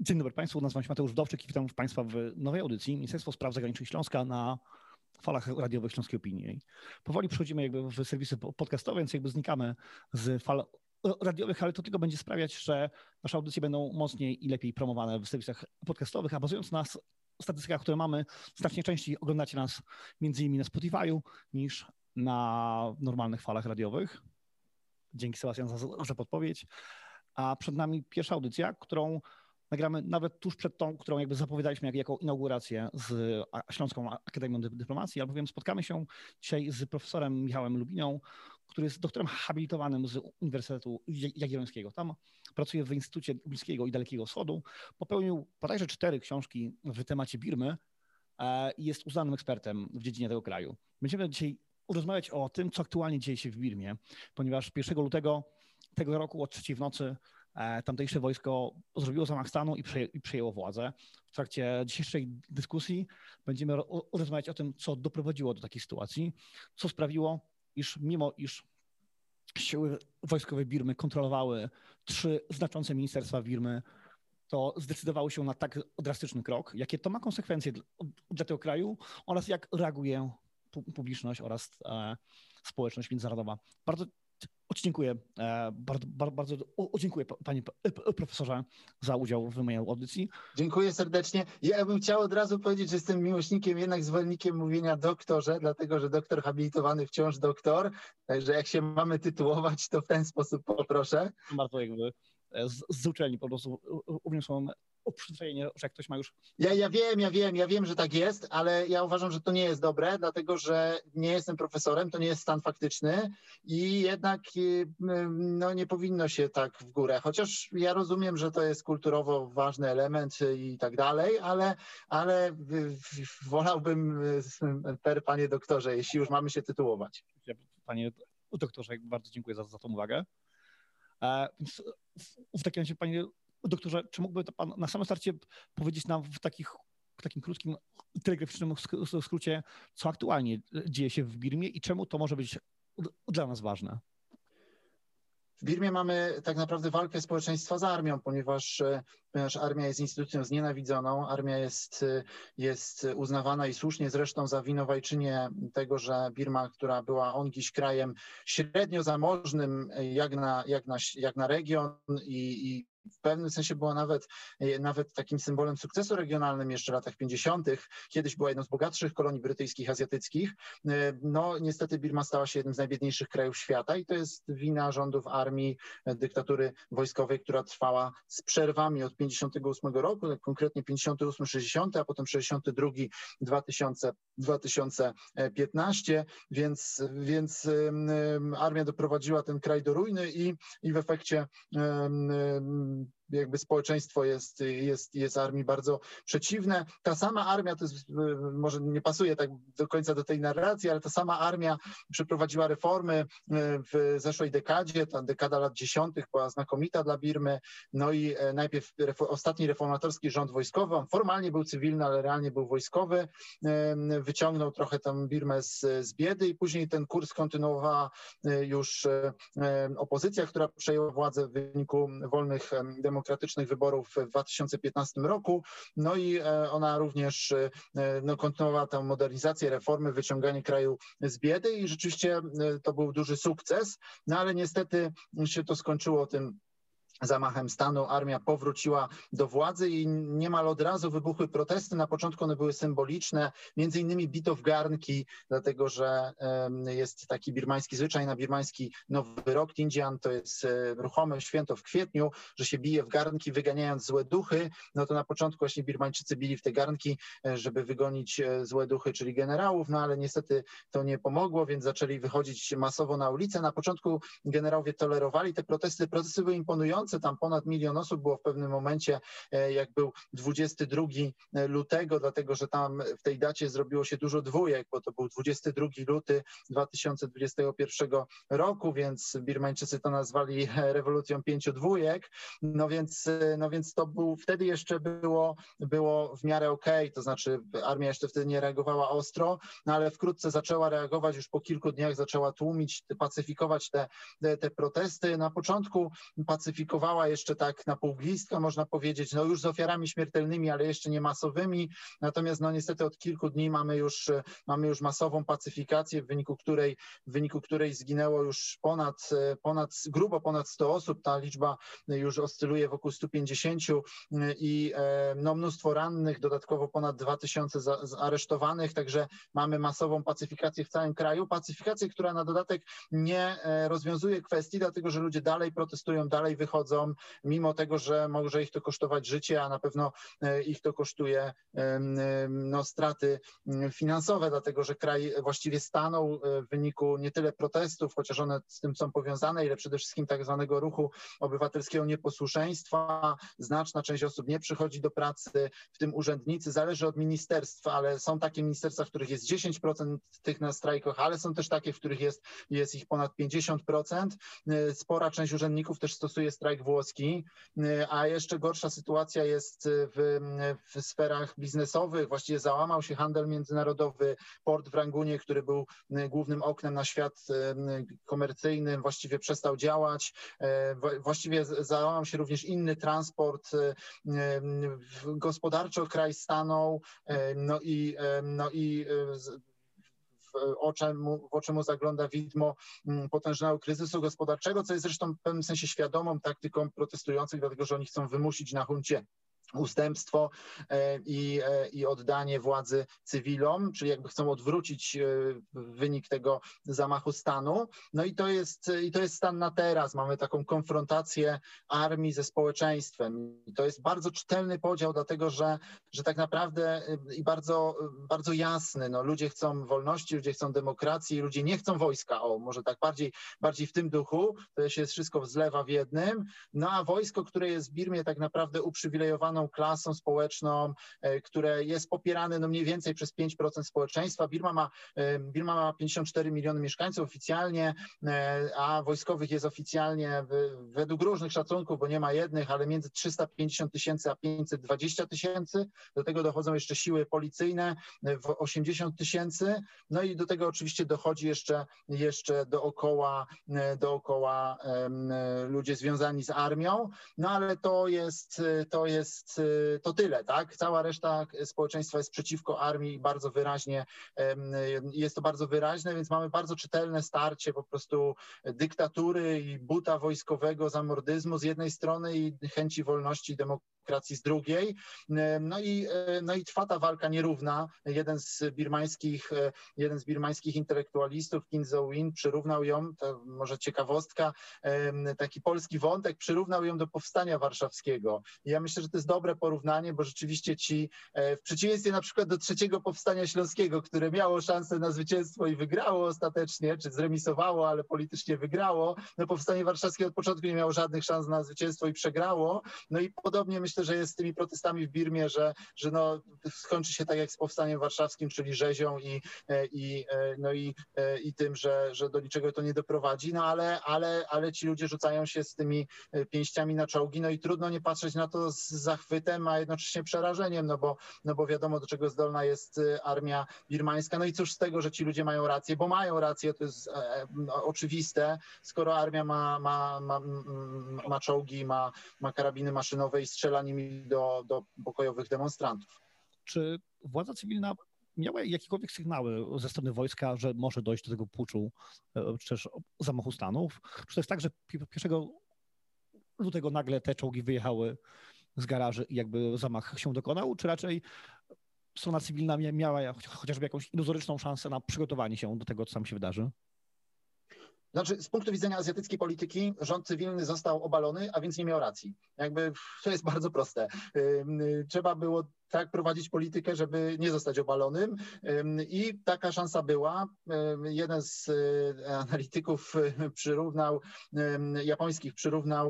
Dzień dobry Państwu, nazywam się Mateusz Wdowczyk i witam Państwa w nowej audycji Ministerstwo Spraw Zagranicznych Śląska na falach radiowych Śląskiej Opinii. Powoli przechodzimy jakby w serwisy podcastowe, więc jakby znikamy z fal radiowych, ale to tylko będzie sprawiać, że nasze audycje będą mocniej i lepiej promowane w serwisach podcastowych, a bazując na statystykach, które mamy, znacznie częściej oglądacie nas między innymi na Spotify'u niż na normalnych falach radiowych. Dzięki Sebastian za podpowiedź. A przed nami pierwsza audycja, którą nagramy nawet tuż przed tą, którą jakby zapowiadaliśmy jako inaugurację z Śląską Akademią Dyplomacji, albowiem spotkamy się dzisiaj z profesorem Michałem Lubinią, który jest doktorem habilitowanym z Uniwersytetu Jagiellońskiego. Tam pracuje w Instytucie Bliskiego i Dalekiego Wschodu. Popełnił bodajże 4 książki w temacie Birmy i jest uznanym ekspertem w dziedzinie tego kraju. Będziemy dzisiaj rozmawiać o tym, co aktualnie dzieje się w Birmie, ponieważ 1 lutego tego roku o 3 w nocy tamtejsze wojsko zrobiło zamach stanu i przejęło władzę. W trakcie dzisiejszej dyskusji będziemy rozmawiać o tym, co doprowadziło do takiej sytuacji, co sprawiło, iż mimo iż siły wojskowe Birmy kontrolowały 3 znaczące ministerstwa Birmy, to zdecydowały się na tak drastyczny krok, jakie to ma konsekwencje dla tego kraju oraz jak reaguje publiczność oraz społeczność międzynarodowa. Bardzo dziękuję, bardzo dziękuję panie profesorze za udział w mojej audycji. Dziękuję serdecznie. Ja bym chciał od razu powiedzieć, że jestem miłośnikiem, jednak zwolennikiem mówienia doktorze, dlatego że doktor habilitowany wciąż doktor, także jak się mamy tytułować, to w ten sposób poproszę. Bardzo jakby z uczelni po prostu uniosłem przyzwyczajenie, że jak ktoś ma już... Ja wiem, że tak jest, ale ja uważam, że to nie jest dobre, dlatego że nie jestem profesorem, to nie jest stan faktyczny i jednak no, nie powinno się tak w górę, chociaż ja rozumiem, że to jest kulturowo ważny element i tak dalej, ale wolałbym, panie doktorze, jeśli już mamy się tytułować. Panie doktorze, bardzo dziękuję za tą uwagę. Więc w takim razie, panie doktorze, czy mógłby pan na samym starcie powiedzieć nam w takim krótkim, telegraficznym skrócie, co aktualnie dzieje się w Birmie i czemu to może być dla nas ważne? W Birmie mamy tak naprawdę walkę społeczeństwa z armią, ponieważ armia jest instytucją znienawidzoną, armia jest uznawana i słusznie zresztą za winowajczynię tego, że Birma, która była ongiś krajem średnio zamożnym jak na region i w pewnym sensie była nawet takim symbolem sukcesu regionalnym jeszcze w latach 50. Kiedyś była jedną z bogatszych kolonii brytyjskich, azjatyckich. No niestety Birma stała się jednym z najbiedniejszych krajów świata i to jest wina rządów armii, dyktatury wojskowej, która trwała z przerwami od 58 roku, konkretnie 58-60, a potem 62-2015, więc armia doprowadziła ten kraj do ruiny i w efekcie jakby społeczeństwo jest armii bardzo przeciwne. Ta sama armia, to jest, może nie pasuje tak do końca do tej narracji, ale ta sama armia przeprowadziła reformy w zeszłej dekadzie. Ta dekada lat 10. była znakomita dla Birmy. No i najpierw ostatni reformatorski rząd wojskowy, on formalnie był cywilny, ale realnie był wojskowy, wyciągnął trochę tam Birmę z biedy i później ten kurs kontynuowała już opozycja, która przejęła władzę w wyniku wolnych demokratycznych wyborów w 2015 roku. No i ona również kontynuowała tę modernizację, reformy, wyciąganie kraju z biedy i rzeczywiście to był duży sukces, no ale niestety się to skończyło tym zamachem stanu. Armia powróciła do władzy i niemal od razu wybuchły protesty. Na początku one były symboliczne, między innymi bito w garnki, dlatego że jest taki birmański zwyczaj na birmański Nowy Rok, Tindzian, to jest ruchome święto w kwietniu, że się bije w garnki, wyganiając złe duchy. No to na początku właśnie Birmańczycy bili w te garnki, żeby wygonić złe duchy, czyli generałów, no ale niestety to nie pomogło, więc zaczęli wychodzić masowo na ulicę. Na początku generałowie tolerowali te protesty. Protesty były imponujące, tam ponad 1 milion osób było w pewnym momencie, jak był 22 lutego, dlatego że tam w tej dacie zrobiło się dużo dwójek, bo to był 22 luty 2021 roku, więc Birmańczycy to nazwali rewolucją 5 dwójek, no więc to był, wtedy jeszcze było w miarę okej, to znaczy armia jeszcze wtedy nie reagowała ostro, no ale wkrótce zaczęła reagować, już po kilku dniach zaczęła tłumić, pacyfikować te protesty. Na początku pacyfikować strajkowała jeszcze tak na pół gwizdka, można powiedzieć, no już z ofiarami śmiertelnymi, ale jeszcze nie masowymi. Natomiast no niestety od kilku dni mamy już masową pacyfikację, w wyniku której zginęło już grubo ponad 100 osób. Ta liczba już oscyluje wokół 150 i no, mnóstwo rannych, dodatkowo ponad 2000 aresztowanych, także mamy masową pacyfikację w całym kraju. Pacyfikację, która na dodatek nie rozwiązuje kwestii, dlatego że ludzie dalej protestują, dalej wychodzą, mimo tego, że może ich to kosztować życie, a na pewno ich to kosztuje no, straty finansowe, dlatego że kraj właściwie stanął w wyniku nie tyle protestów, chociaż one z tym są powiązane, ile przede wszystkim tak zwanego ruchu obywatelskiego nieposłuszeństwa. Znaczna część osób nie przychodzi do pracy, w tym urzędnicy, zależy od ministerstwa, ale są takie ministerstwa, w których jest 10% tych na strajkach, ale są też takie, w których jest ich ponad 50%. Spora część urzędników też stosuje strajk włoski, a jeszcze gorsza sytuacja jest w sferach biznesowych. Właściwie załamał się handel międzynarodowy. Port w Rangunie, który był głównym oknem na świat komercyjny, właściwie przestał działać. Właściwie załamał się również inny transport. Gospodarczo kraj stanął, no i w oczy mu zagląda widmo potężnego kryzysu gospodarczego, co jest zresztą w pewnym sensie świadomą taktyką protestujących, dlatego że oni chcą wymusić na huncie ustępstwo i oddanie władzy cywilom, czyli jakby chcą odwrócić wynik tego zamachu stanu. No i to jest stan na teraz. Mamy taką konfrontację armii ze społeczeństwem. I to jest bardzo czytelny podział, dlatego że tak naprawdę i bardzo, bardzo jasny. No, ludzie chcą wolności, ludzie chcą demokracji, ludzie nie chcą wojska. O, może tak bardziej w tym duchu. To się wszystko zlewa w jednym. No a wojsko, które jest w Birmie tak naprawdę uprzywilejowaną klasą społeczną, które jest popierane no mniej więcej przez 5% społeczeństwa. Birma ma 54 miliony mieszkańców oficjalnie, a wojskowych jest oficjalnie według różnych szacunków, bo nie ma jednych, ale między 350 000 a 520 000. Do tego dochodzą jeszcze siły policyjne w 80 000. No i do tego oczywiście dochodzi jeszcze dookoła ludzie związani z armią. No ale to tyle, tak? Cała reszta społeczeństwa jest przeciwko armii i bardzo wyraźnie jest to bardzo wyraźne, więc mamy bardzo czytelne starcie po prostu dyktatury i buta wojskowego, zamordyzmu z jednej strony i chęci wolności i demokracji z drugiej. No i trwa ta walka nierówna. Jeden z birmańskich intelektualistów, Kim Zo-Win, przyrównał ją, to może ciekawostka, taki polski wątek, przyrównał ją do powstania warszawskiego. I ja myślę, że to jest dobre porównanie, bo rzeczywiście w przeciwieństwie na przykład do trzeciego powstania śląskiego, które miało szansę na zwycięstwo i wygrało ostatecznie, czy zremisowało, ale politycznie wygrało, no powstanie warszawskie od początku nie miało żadnych szans na zwycięstwo i przegrało. No i podobnie myślę, że jest z tymi protestami w Birmie, że no, skończy się tak jak z powstaniem warszawskim, czyli rzezią i tym, że do niczego to nie doprowadzi, no ale ci ludzie rzucają się z tymi pięściami na czołgi, no i trudno nie patrzeć na to z zachwytem, a jednocześnie przerażeniem, no bo wiadomo, do czego zdolna jest armia birmańska. No i cóż z tego, że ci ludzie mają rację, bo mają rację, to jest oczywiste, skoro armia ma czołgi, ma karabiny maszynowe i strzela nimi do pokojowych demonstrantów. Czy władza cywilna miała jakiekolwiek sygnały ze strony wojska, że może dojść do tego puczu, czy też zamachu stanów? Czy to jest tak, że 1 lutego nagle te czołgi wyjechały z garaży i jakby zamach się dokonał, czy raczej strona cywilna miała chociażby jakąś iluzoryczną szansę na przygotowanie się do tego, co tam się wydarzy? Znaczy, z punktu widzenia azjatyckiej polityki rząd cywilny został obalony, a więc nie miał racji. Jakby to jest bardzo proste. Trzeba było tak prowadzić politykę, żeby nie zostać obalonym i taka szansa była. Jeden z analityków japońskich przyrównał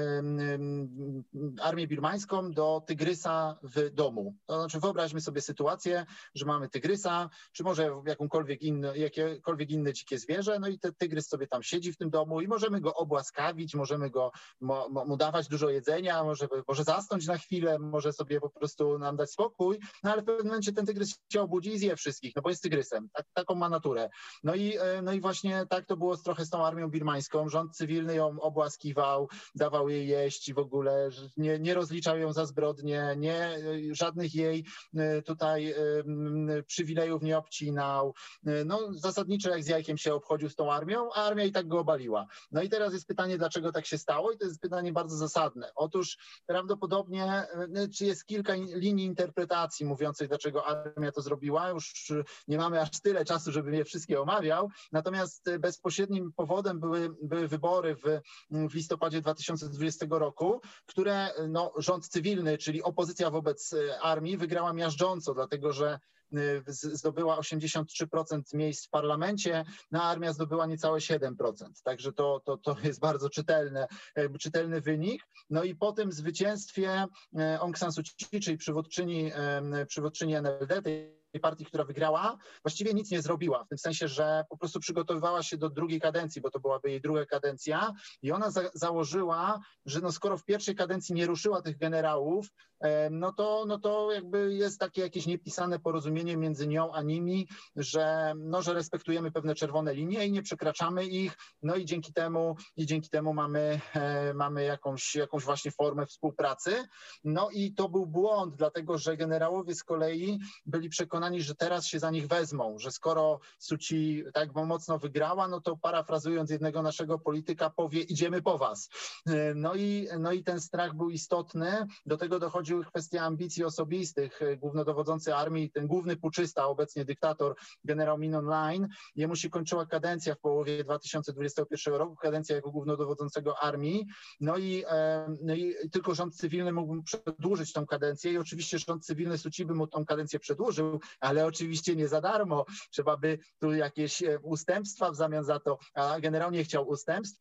armię birmańską do tygrysa w domu. To znaczy wyobraźmy sobie sytuację, że mamy tygrysa, czy może jakiekolwiek inne dzikie zwierzę, no i ten tygrys sobie tam siedzi w tym domu i możemy go obłaskawić, możemy mu dawać dużo jedzenia, może zasnąć na chwilę, może sobie po prostu nam dać spokój, no ale w pewnym momencie ten tygrys się obudzi i zje wszystkich, no bo jest tygrysem, taką ma naturę. No i właśnie tak to było trochę z tą armią birmańską. Rząd cywilny ją obłaskiwał, dawał jej jeść i w ogóle nie rozliczał ją za zbrodnie, żadnych jej tutaj przywilejów nie obcinał. No zasadniczo jak z jajkiem się obchodził z tą armią, a armia i tak go obaliła. No i teraz jest pytanie, dlaczego tak się stało i to jest pytanie bardzo zasadne. Otóż prawdopodobnie, czy jest kilka linii interpretacji mówiących, dlaczego armia to zrobiła. Już nie mamy aż tyle czasu, żebym je wszystkie omawiał. Natomiast bezpośrednim powodem były wybory w listopadzie 2020 roku, które rząd cywilny, czyli opozycja wobec armii wygrała miażdżąco, dlatego że zdobyła 83% miejsc w parlamencie, a armia zdobyła niecałe 7%. Także to jest bardzo czytelny wynik. No i po tym zwycięstwie Aung San Suu Kyi, czyli przywódczyni NLD, tej partii, która wygrała, właściwie nic nie zrobiła. W tym sensie, że po prostu przygotowywała się do drugiej kadencji, bo to byłaby jej druga kadencja i ona założyła, że skoro w pierwszej kadencji nie ruszyła tych generałów, no to jakby jest takie jakieś niepisane porozumienie między nią a nimi, że respektujemy pewne czerwone linie i nie przekraczamy ich, no i dzięki temu mamy jakąś właśnie formę współpracy. No i to był błąd, dlatego że generałowie z kolei byli przekonani, że teraz się za nich wezmą, że skoro Suu Kyi tak mocno wygrała, no to parafrazując jednego naszego polityka powie: idziemy po was. No i ten strach był istotny. Do tego dochodziły kwestie ambicji osobistych. Głównodowodzący armii, ten główny puczysta, obecnie dyktator, generał Min Aung Hlaing, jemu się kończyła kadencja w połowie 2021 roku, kadencja jako głównodowodzącego armii. No i tylko rząd cywilny mógł przedłużyć tą kadencję i oczywiście rząd cywilny Suu Kyi by mu tą kadencję przedłużył, ale oczywiście nie za darmo. Trzeba by tu jakieś ustępstwa w zamian za to, a generał nie chciał ustępstw.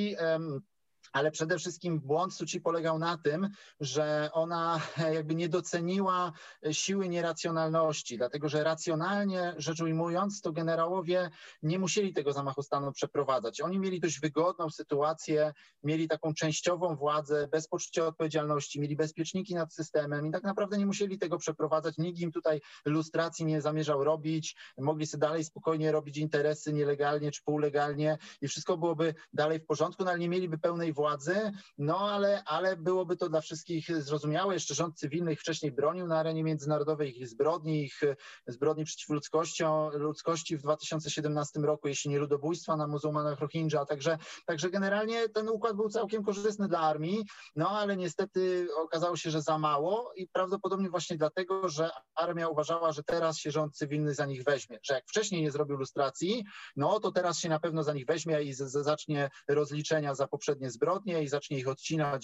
Ale przede wszystkim błąd Suu Kyi polegał na tym, że ona jakby nie doceniła siły nieracjonalności, dlatego że racjonalnie rzecz ujmując, to generałowie nie musieli tego zamachu stanu przeprowadzać. Oni mieli dość wygodną sytuację, mieli taką częściową władzę, bez poczucia odpowiedzialności, mieli bezpieczniki nad systemem i tak naprawdę nie musieli tego przeprowadzać. Nikt im tutaj lustracji nie zamierzał robić, mogli sobie dalej spokojnie robić interesy nielegalnie czy półlegalnie i wszystko byłoby dalej w porządku, no ale nie mieliby pełnej władzy, ale byłoby to dla wszystkich zrozumiałe. Jeszcze rząd cywilny ich wcześniej bronił na arenie międzynarodowej, ich zbrodni przeciw ludzkości w 2017 roku, jeśli nie ludobójstwa na muzułmanach Rohingya. Także generalnie ten układ był całkiem korzystny dla armii, ale niestety okazało się, że za mało i prawdopodobnie właśnie dlatego, że armia uważała, że teraz się rząd cywilny za nich weźmie, że jak wcześniej nie zrobił lustracji, to teraz się na pewno za nich weźmie i zacznie rozliczenia za poprzednie zbrodnie i zacznie ich odcinać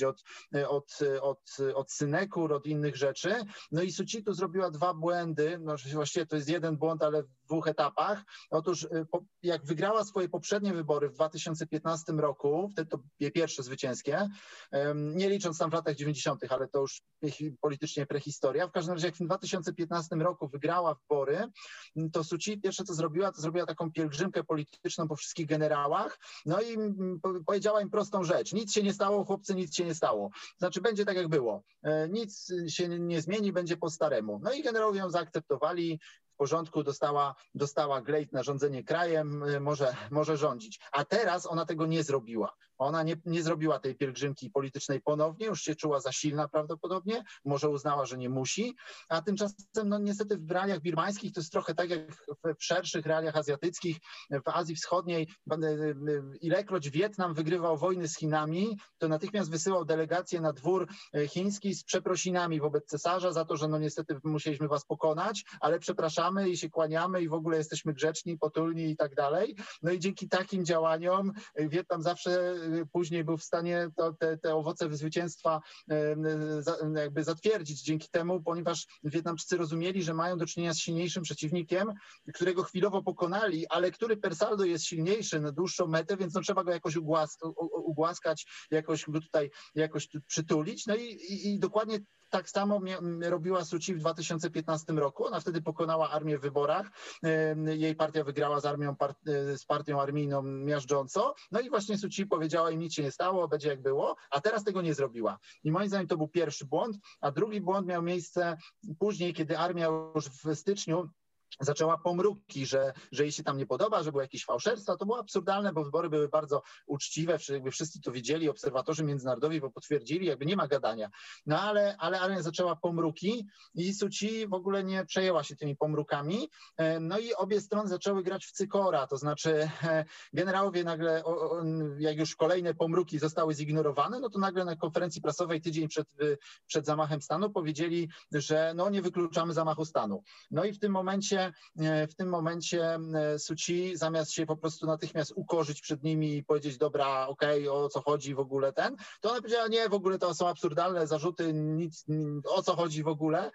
od synekur, od innych rzeczy. No i Suu Kyi tu zrobiła dwa błędy, właściwie to jest jeden błąd, ale w dwóch etapach. Otóż jak wygrała swoje poprzednie wybory w 2015 roku, wtedy to pierwsze zwycięskie, nie licząc tam w latach 90., ale to już politycznie prehistoria. W każdym razie jak w 2015 roku wygrała wybory, to Suu Kyi pierwsze co zrobiła, to zrobiła taką pielgrzymkę polityczną po wszystkich generałach, no i powiedziała im prostą rzecz: nic się nie stało, chłopcy, nic się nie stało. Znaczy będzie tak jak było. Nic się nie zmieni, będzie po staremu. No i generałowie ją zaakceptowali. W porządku, dostała glejt na rządzenie krajem, może rządzić. A teraz ona tego nie zrobiła. Ona nie zrobiła tej pielgrzymki politycznej ponownie, już się czuła za silna prawdopodobnie, może uznała, że nie musi, a tymczasem niestety w realiach birmańskich to jest trochę tak jak w szerszych realiach azjatyckich, w Azji Wschodniej, ilekroć Wietnam wygrywał wojny z Chinami, to natychmiast wysyłał delegację na dwór chiński z przeprosinami wobec cesarza za to, że niestety musieliśmy was pokonać, ale przepraszamy i się kłaniamy i w ogóle jesteśmy grzeczni, potulni i tak dalej. No i dzięki takim działaniom Wietnam zawsze później był w stanie te owoce zwycięstwa jakby zatwierdzić dzięki temu, ponieważ Wietnamczycy rozumieli, że mają do czynienia z silniejszym przeciwnikiem, którego chwilowo pokonali, ale który per saldo jest silniejszy na dłuższą metę, więc trzeba go jakoś ugłaskać, jakoś go tutaj przytulić. No i dokładnie Tak samo robiła Suu Kyi w 2015 roku. Ona wtedy pokonała armię w wyborach. Jej partia wygrała z partią armijną miażdżąco. No i właśnie Suu Kyi powiedziała im, nic się nie stało, będzie jak było, a teraz tego nie zrobiła. I moim zdaniem to był pierwszy błąd, a drugi błąd miał miejsce później, kiedy armia już w styczniu zaczęła pomruki, że jej się tam nie podoba, że były jakieś fałszerstwa. To było absurdalne, bo wybory były bardzo uczciwe, jakby wszyscy to wiedzieli, obserwatorzy międzynarodowi bo potwierdzili, jakby nie ma gadania. No ale armia zaczęła pomruki i Suu Kyi w ogóle nie przejęła się tymi pomrukami. No i obie strony zaczęły grać w cykora, to znaczy generałowie nagle, jak już kolejne pomruki zostały zignorowane, no to nagle na konferencji prasowej tydzień przed zamachem stanu powiedzieli, że no nie wykluczamy zamachu stanu. No i w tym momencie Suu Kyi zamiast się po prostu natychmiast ukorzyć przed nimi i powiedzieć, dobra, okej, o co chodzi w ogóle to ona powiedziała, nie, w ogóle to są absurdalne zarzuty, nic, o co chodzi w ogóle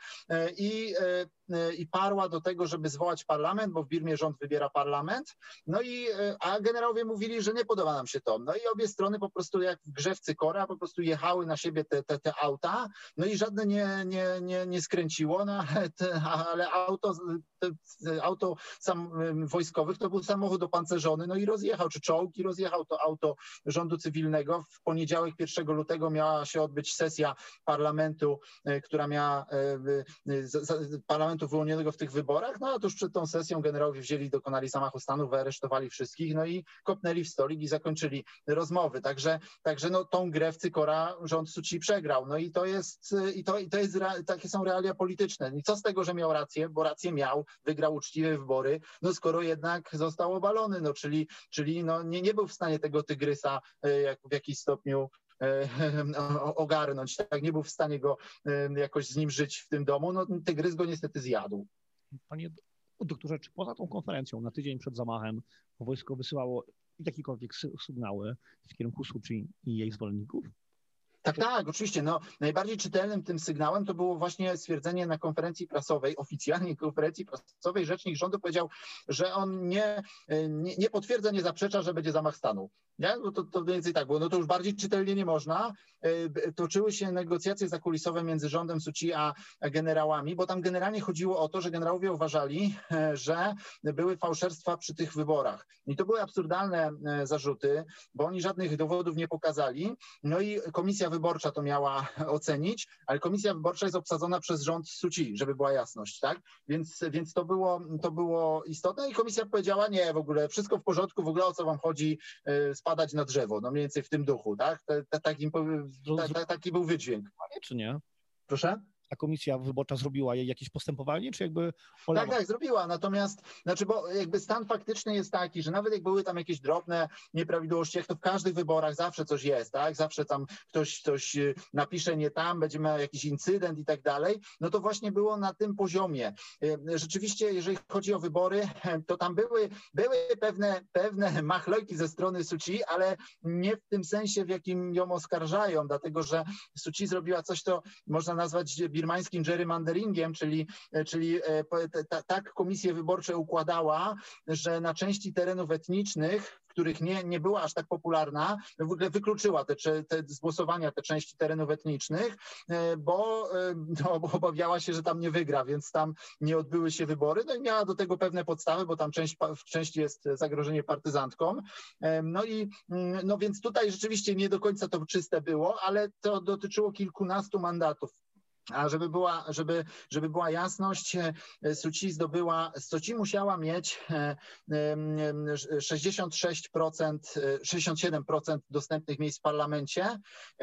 i parła do tego, żeby zwołać parlament, bo w Birmie rząd wybiera parlament, a generałowie mówili, że nie podoba nam się to. No i obie strony po prostu jak w grze w cykora po prostu jechały na siebie te auta, no i żadne nie skręciło, no, ale auto wojskowych to był samochód opancerzony, no i rozjechał, czy czołg i rozjechał to auto rządu cywilnego. W poniedziałek 1 lutego miała się odbyć sesja parlamentu, która miała parlamentu wyłonionego w tych wyborach, no a tuż przed tą sesją generałowie wzięli i dokonali zamachu stanu, wyaresztowali wszystkich, no i kopnęli w stolik i zakończyli rozmowy. Także no, tą grę w cykora rząd Suu Kyi przegrał. No i takie są realia polityczne. I co z tego, że miał rację, bo rację miał, wygrał uczciwe wybory, no skoro jednak został obalony, no czyli no, nie był w stanie tego tygrysa w jakiś stopniu ogarnąć, tak, nie był w stanie go jakoś z nim żyć w tym domu, no tygrys go niestety zjadł. Panie doktorze, czy poza tą konferencją na tydzień przed zamachem wojsko wysyłało jakiekolwiek sygnały w kierunku Suu Kyi i jej zwolenników? Tak, oczywiście. No, najbardziej czytelnym tym sygnałem to było właśnie stwierdzenie na konferencji prasowej, oficjalnej konferencji prasowej. Rzecznik rządu powiedział, że on nie potwierdza, nie zaprzecza, że będzie zamach stanu. Nie? No to mniej więcej tak było. No to już bardziej czytelnie nie można. Toczyły się negocjacje zakulisowe między rządem Suu Kyi a generałami, bo tam generalnie chodziło o to, że generałowie uważali, że były fałszerstwa przy tych wyborach. I to były absurdalne zarzuty, bo oni żadnych dowodów nie pokazali. No i komisja wyborcza to miała ocenić, ale komisja wyborcza jest obsadzona przez rząd Suu Kyi, żeby była jasność, tak? Więc to było istotne i komisja powiedziała, nie, w ogóle wszystko w porządku, w ogóle o co wam chodzi, spadać na drzewo, no mniej więcej w tym duchu, tak? Taki był wydźwięk. Czy nie? Proszę? A komisja wyborcza zrobiła jakieś postępowanie, czy jakby olała? Tak, zrobiła. Natomiast, bo jakby stan faktyczny jest taki, że nawet jak były tam jakieś drobne nieprawidłowości, jak to w każdych wyborach zawsze coś jest, tak? Zawsze tam ktoś coś napisze nie tam, będzie miał jakiś incydent i tak dalej, no to właśnie było na tym poziomie. Rzeczywiście, jeżeli chodzi o wybory, to tam były pewne machlojki ze strony Suu Kyi, ale nie w tym sensie, w jakim ją oskarżają, dlatego że Suu Kyi zrobiła coś, co można nazwać birmańskim gerrymanderingiem, czyli tak komisje wyborcze układała, że na części terenów etnicznych, w których nie była aż tak popularna, w ogóle wykluczyła z głosowania te części terenów etnicznych, bo obawiała się, że tam nie wygra, więc tam nie odbyły się wybory. No i miała do tego pewne podstawy, bo tam w części jest zagrożenie partyzantką. No więc tutaj rzeczywiście nie do końca to czyste było, ale to dotyczyło kilkunastu mandatów. A żeby była jasność, Suu Kyi musiała mieć 67% dostępnych miejsc w parlamencie,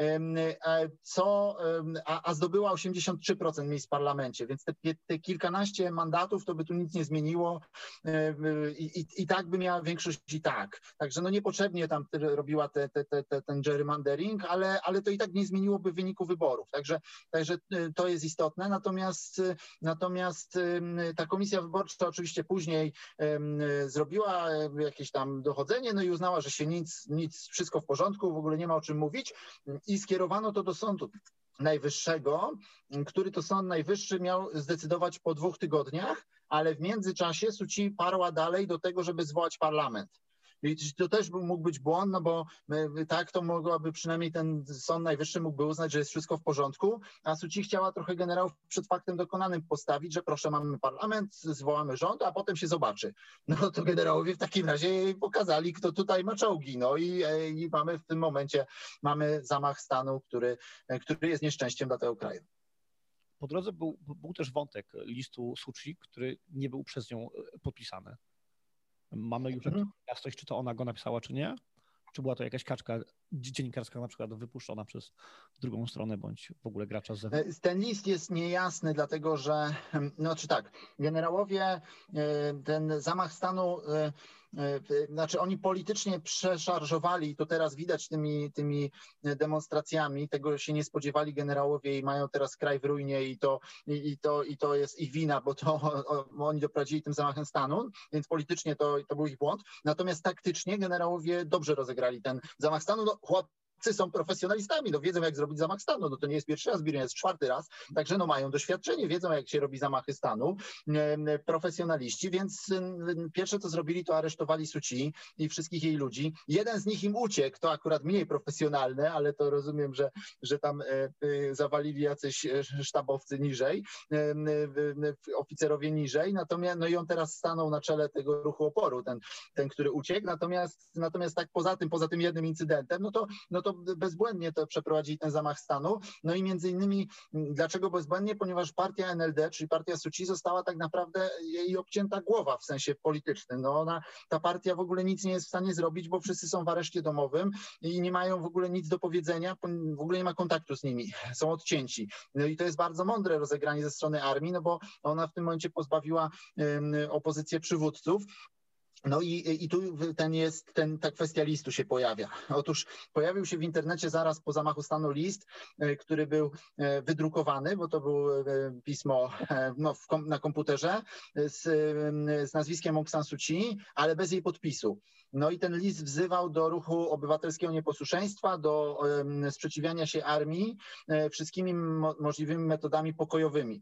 a zdobyła 83% miejsc w parlamencie, więc te kilkanaście mandatów to by tu nic nie zmieniło i tak by miała większość i tak. Także no niepotrzebnie tam robiła ten gerrymandering, ale to i tak nie zmieniłoby wyniku wyborów. Także to jest istotne, natomiast ta komisja wyborcza oczywiście później zrobiła jakieś tam dochodzenie, no i uznała, że się nic, wszystko w porządku, w ogóle nie ma o czym mówić i skierowano to do Sądu Najwyższego, który to Sąd Najwyższy miał zdecydować po 2 tygodniach, ale w międzyczasie Suu Kyi parła dalej do tego, żeby zwołać parlament. I to też mógł być błąd, no bo tak to mogłaby przynajmniej ten Sąd Najwyższy mógłby uznać, że jest wszystko w porządku, a Suu Kyi chciała trochę generałów przed faktem dokonanym postawić, że proszę, mamy parlament, zwołamy rząd, a potem się zobaczy. No to generałowie w takim razie pokazali, kto tutaj ma czołgi. No i mamy w tym momencie zamach stanu, który jest nieszczęściem dla tego kraju. Po drodze był też wątek listu Suu Kyi, który nie był przez nią podpisany. Mamy już jasność, czy to ona go napisała, czy nie? Czy była to jakaś kaczka dziennikarska na przykład wypuszczona przez drugą stronę, bądź w ogóle gracza z zewnątrz? Ten list jest niejasny, dlatego że, znaczy tak, generałowie ten zamach stanu, znaczy oni politycznie przeszarżowali, to teraz widać tymi demonstracjami, tego się nie spodziewali generałowie i mają teraz kraj w ruinie i to jest ich wina, bo to oni doprowadzili tym zamachem stanu, więc politycznie to był ich błąd. Natomiast taktycznie generałowie dobrze rozegrali ten zamach stanu. No, chłopcy są profesjonalistami, no wiedzą jak zrobić zamach stanu, no to nie jest pierwszy raz, Birma jest czwarty raz, także no mają doświadczenie, wiedzą jak się robi zamachy stanu, profesjonaliści, więc pierwsze co zrobili to aresztowali Suu Kyi i wszystkich jej ludzi. Jeden z nich im uciekł, to akurat mniej profesjonalne, ale to rozumiem, że tam zawalili jacyś sztabowcy niżej, oficerowie niżej, natomiast no i on teraz stanął na czele tego ruchu oporu, ten który uciekł, natomiast tak poza tym jednym incydentem, no to bezbłędnie to przeprowadzili ten zamach stanu. No i między innymi dlaczego bezbłędnie? Ponieważ partia NLD, czyli partia Suu Kyi została tak naprawdę jej obcięta głowa w sensie politycznym. No ta partia w ogóle nic nie jest w stanie zrobić, bo wszyscy są w areszcie domowym i nie mają w ogóle nic do powiedzenia, w ogóle nie ma kontaktu z nimi, są odcięci. No i to jest bardzo mądre rozegranie ze strony armii, no bo ona w tym momencie pozbawiła opozycję przywódców. No i tu ta kwestia listu się pojawia. Otóż pojawił się w internecie zaraz po zamachu stanu list, który był wydrukowany, bo to było pismo na komputerze z nazwiskiem Aung San Suu Kyi, ale bez jej podpisu. No i ten list wzywał do ruchu obywatelskiego nieposłuszeństwa, do sprzeciwiania się armii wszystkimi możliwymi metodami pokojowymi.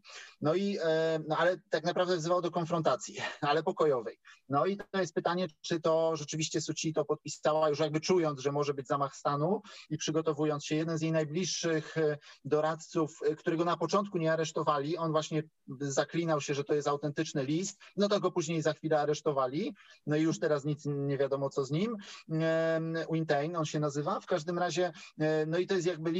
Ale tak naprawdę wzywał do konfrontacji, ale pokojowej. No i to jest pytanie, czy to rzeczywiście Suu Kyi to podpisała, już jakby czując, że może być zamach stanu i przygotowując się. Jeden z jej najbliższych doradców, którego na początku nie aresztowali, on właśnie zaklinał się, że to jest autentyczny list, no to go później za chwilę aresztowali, no i już teraz nic nie wiadomo co z nim. Wintain on się nazywa, w każdym razie, no i to jest jakby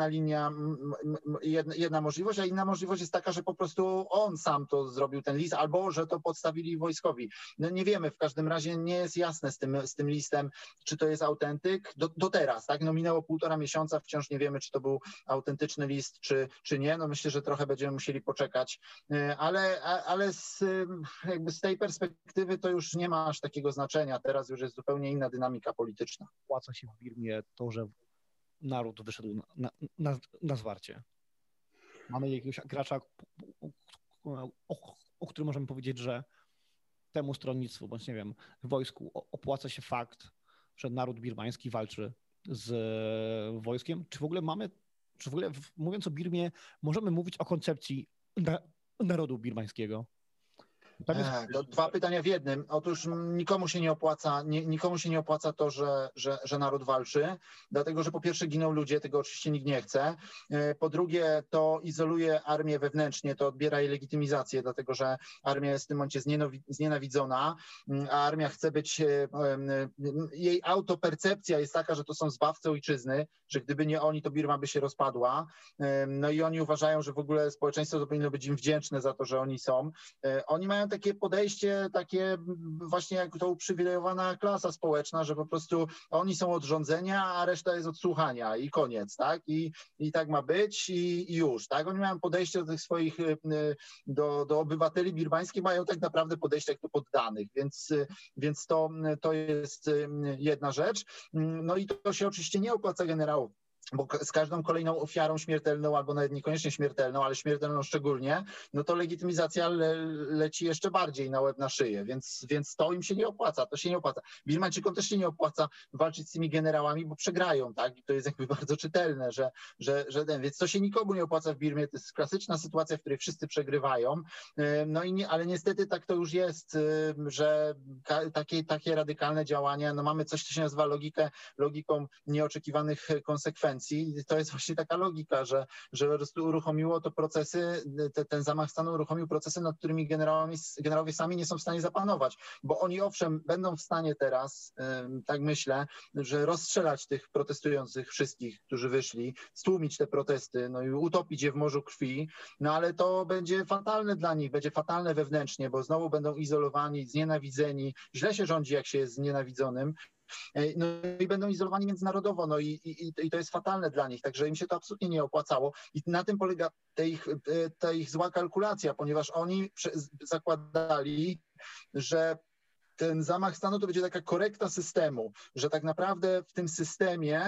jedna możliwość, a inna możliwość jest taka, że po prostu on sam to zrobił ten list, albo że to podstawili wojskowi. No nie wiemy, w każdym razie nie jest jasne z tym listem, czy to jest autentyk do teraz, tak? No minęło 1,5 miesiąca, wciąż nie wiemy, czy to był autentyczny list, czy nie. No myślę, że trochę będziemy musieli poczekać, ale z tej perspektywy to już nie ma aż takiego znaczenia. Teraz już jest zupełnie inna dynamika polityczna. Płaca się w Birmie to, że naród wyszedł na zwarcie. Mamy jakiegoś gracza, o którym możemy powiedzieć, że temu stronnictwu, bądź nie wiem, wojsku opłaca się fakt, że naród birmański walczy z wojskiem? Czy w ogóle mówiąc o Birmie, możemy mówić o koncepcji narodu birmańskiego? To dwa pytania w jednym. Otóż nikomu się nie opłaca to, że naród walczy, dlatego że po pierwsze giną ludzie, tego oczywiście nikt nie chce. Po drugie to izoluje armię wewnętrznie, to odbiera jej legitymizację, dlatego że armia jest w tym momencie znienawidzona, a armia chce być, jej autopercepcja jest taka, że to są zbawcy ojczyzny, że gdyby nie oni, to Birma by się rozpadła. No i oni uważają, że w ogóle społeczeństwo to powinno być im wdzięczne za to, że oni są. Oni mają takie podejście, takie właśnie jak to uprzywilejowana klasa społeczna, że po prostu oni są od rządzenia, a reszta jest od słuchania i koniec, tak? I tak ma być i już, tak? Oni mają podejście do tych swoich, do obywateli birmańskich, mają tak naprawdę podejście jak do poddanych, więc to jest jedna rzecz. No i to się oczywiście nie opłaca generałowi. bo z każdą kolejną ofiarą śmiertelną, albo nawet niekoniecznie śmiertelną, ale śmiertelną szczególnie, no to legitymizacja leci jeszcze bardziej na łeb, na szyję, więc to im się nie opłaca, to się nie opłaca. Birmańczykom też się nie opłaca walczyć z tymi generałami, bo przegrają, tak? I to jest jakby bardzo czytelne, więc to się nikomu nie opłaca w Birmie, to jest klasyczna sytuacja, w której wszyscy przegrywają, ale niestety tak to już jest, że takie radykalne działania, no mamy coś, co się nazywa logiką nieoczekiwanych konsekwencji. To jest właśnie taka logika, że po prostu uruchomiło to procesy, ten zamach stanu uruchomił procesy, nad którymi generałowie sami nie są w stanie zapanować, bo oni owszem będą w stanie teraz, tak myślę, że rozstrzelać tych protestujących wszystkich, którzy wyszli, stłumić te protesty, no i utopić je w morzu krwi, no ale to będzie fatalne dla nich, będzie fatalne wewnętrznie, bo znowu będą izolowani, znienawidzeni, źle się rządzi, jak się jest znienawidzonym. No i będą izolowani międzynarodowo, no i to jest fatalne dla nich, także im się to absolutnie nie opłacało i na tym polega ta ich zła kalkulacja, ponieważ oni zakładali, że ten zamach stanu to będzie taka korekta systemu, że tak naprawdę w tym systemie,